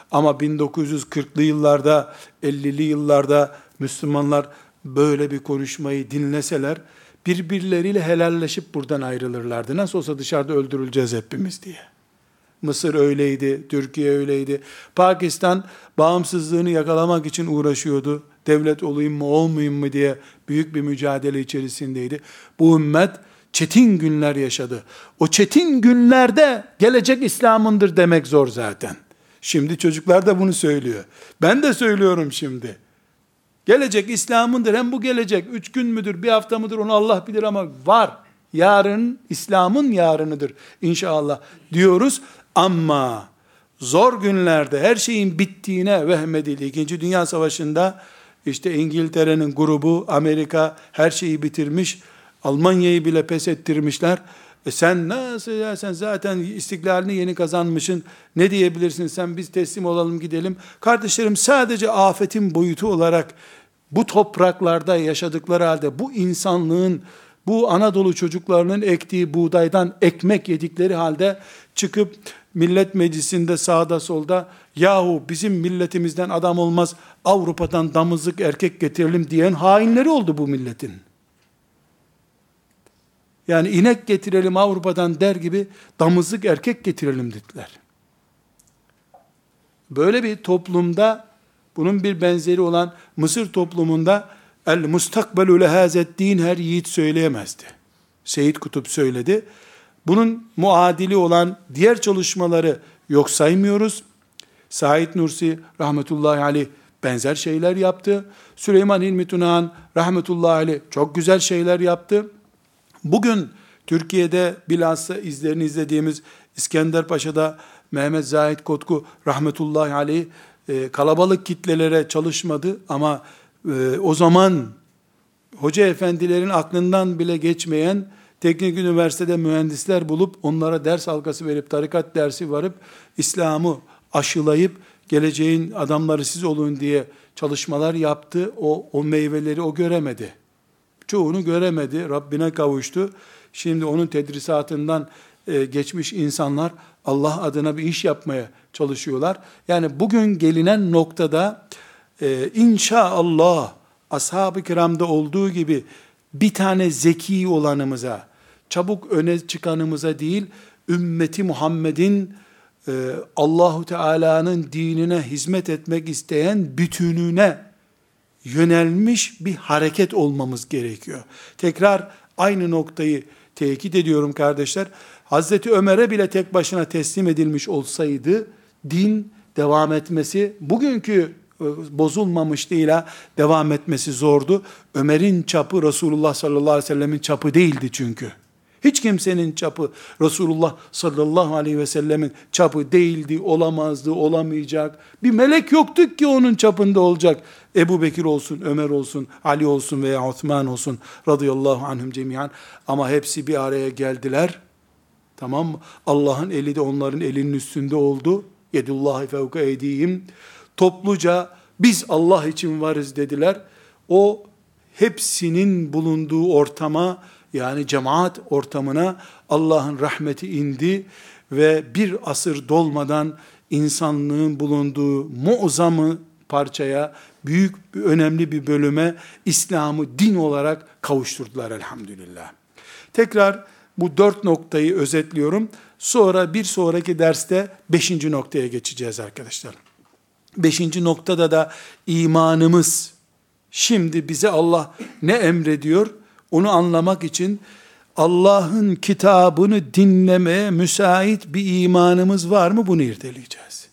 Ama bin dokuz yüz kırklı yıllarda, ellili yıllarda Müslümanlar böyle bir konuşmayı dinleseler, birbirleriyle helalleşip buradan ayrılırlardı. Nasıl olsa dışarıda öldürüleceğiz hepimiz diye. Mısır öyleydi, Türkiye öyleydi. Pakistan bağımsızlığını yakalamak için uğraşıyordu. Devlet olayım mı olmayayım mı diye büyük bir mücadele içerisindeydi. Bu ümmet çetin günler yaşadı. O çetin günlerde gelecek İslam'ındır demek zor zaten. Şimdi çocuklar da bunu söylüyor. Ben de söylüyorum şimdi. Gelecek İslam'ındır. Hem bu gelecek üç gün müdür, bir hafta mıdır onu Allah bilir ama var. Yarın İslam'ın yarınıdır inşallah diyoruz. Ama zor günlerde her şeyin bittiğine vehmedildi. İkinci Dünya Savaşı'nda işte İngiltere'nin grubu, Amerika her şeyi bitirmiş. Almanya'yı bile pes ettirmişler. E sen nasıl ya, sen zaten istiklalini yeni kazanmışsın. Ne diyebilirsin sen, biz teslim olalım gidelim. Kardeşlerim, sadece afetin boyutu olarak bu topraklarda yaşadıkları halde bu insanlığın, bu Anadolu çocuklarının ektiği buğdaydan ekmek yedikleri halde çıkıp millet meclisinde sağda solda yahu bizim milletimizden adam olmaz, Avrupa'dan damızlık erkek getirelim diyen hainleri oldu bu milletin. Yani inek getirelim Avrupa'dan der gibi damızlık erkek getirelim dediler. Böyle bir toplumda, bunun bir benzeri olan Mısır toplumunda el mustakbelu lehazet din her yiğit söyleyemezdi. Seyyid Kutup söyledi. Bunun muadili olan diğer çalışmaları yok saymıyoruz. Said Nursi rahmetullahi aleyh benzer şeyler yaptı. Süleyman Hilmi Tunahan rahmetullahi aleyh çok güzel şeyler yaptı. Bugün Türkiye'de bilhassa izlerini izlediğimiz İskender Paşa'da Mehmet Zahid Kotku rahmetullahi aleyh e, kalabalık kitlelere çalışmadı ama e, o zaman hoca efendilerin aklından bile geçmeyen teknik üniversitede mühendisler bulup onlara ders halkası verip tarikat dersi varıp İslam'ı aşılayıp geleceğin adamları siz olun diye çalışmalar yaptı. O, o meyveleri o göremedi. Çoğunu göremedi. Rabbine kavuştu. Şimdi onun tedrisatından e, geçmiş insanlar Allah adına bir iş yapmaya çalışıyorlar. Yani bugün gelinen noktada e, inşallah ashab-ı kiramda olduğu gibi bir tane zeki olanımıza, çabuk öne çıkanımıza değil, ümmeti Muhammed'in e, Allahu Teala'nın dinine hizmet etmek isteyen bütününe yönelmiş bir hareket olmamız gerekiyor. Tekrar aynı noktayı tekit ediyorum kardeşler. Hazreti Ömer'e bile tek başına teslim edilmiş olsaydı din devam etmesi, bugünkü bozulmamışlığıyla devam etmesi zordu. Ömer'in çapı Resulullah sallallahu aleyhi ve sellemin çapı değildi çünkü. Hiç kimsenin çapı Resulullah sallallahu aleyhi ve sellemin çapı değildi, olamazdı, olamayacak. Bir melek yoktu ki onun çapında olacak. Ebu Bekir olsun, Ömer olsun, Ali olsun veya Osman olsun radıyallahu anhum cemiyan. Ama hepsi bir araya geldiler. Tamam mı? Allah'ın eli de onların elinin üstünde oldu. Yedullahi fevka eydihim. Topluca biz Allah için varız dediler. O hepsinin bulunduğu ortama, yani cemaat ortamına Allah'ın rahmeti indi ve bir asır dolmadan insanlığın bulunduğu muazzamı parçaya, büyük, önemli bir bölüme İslam'ı din olarak kavuşturdular elhamdülillah. Tekrar bu dört noktayı özetliyorum. Sonra bir sonraki derste beşinci noktaya geçeceğiz arkadaşlar. Beşinci noktada da imanımız, şimdi bize Allah ne emrediyor, onu anlamak için Allah'ın kitabını dinlemeye müsait bir imanımız var mı, bunu irdeleyeceğiz.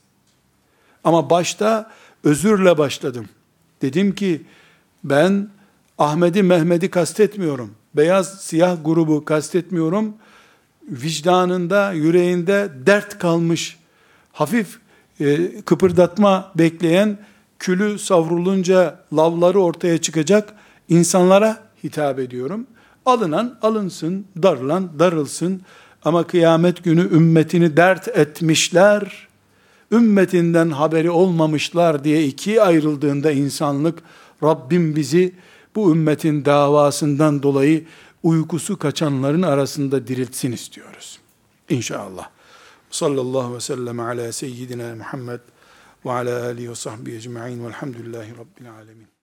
Ama başta özürle başladım. Dedim ki ben Ahmet'i Mehmet'i kastetmiyorum. Beyaz siyah grubu kastetmiyorum. Vicdanında, yüreğinde dert kalmış, hafif e, kıpırdatma bekleyen, külü savrulunca lavları ortaya çıkacak insanlara hitap ediyorum. Alınan alınsın, darılan darılsın. Ama kıyamet günü ümmetini dert etmişler, ümmetinden haberi olmamışlar diye ikiye ayrıldığında insanlık, Rabbim bizi bu ümmetin davasından dolayı uykusu kaçanların arasında diriltsin istiyoruz. İnşallah. Sallallahu aleyhi ve sellem ala seyyidina Muhammed ve ala alihi ve sahbihi ecma'in velhamdülillahi rabbil alemin.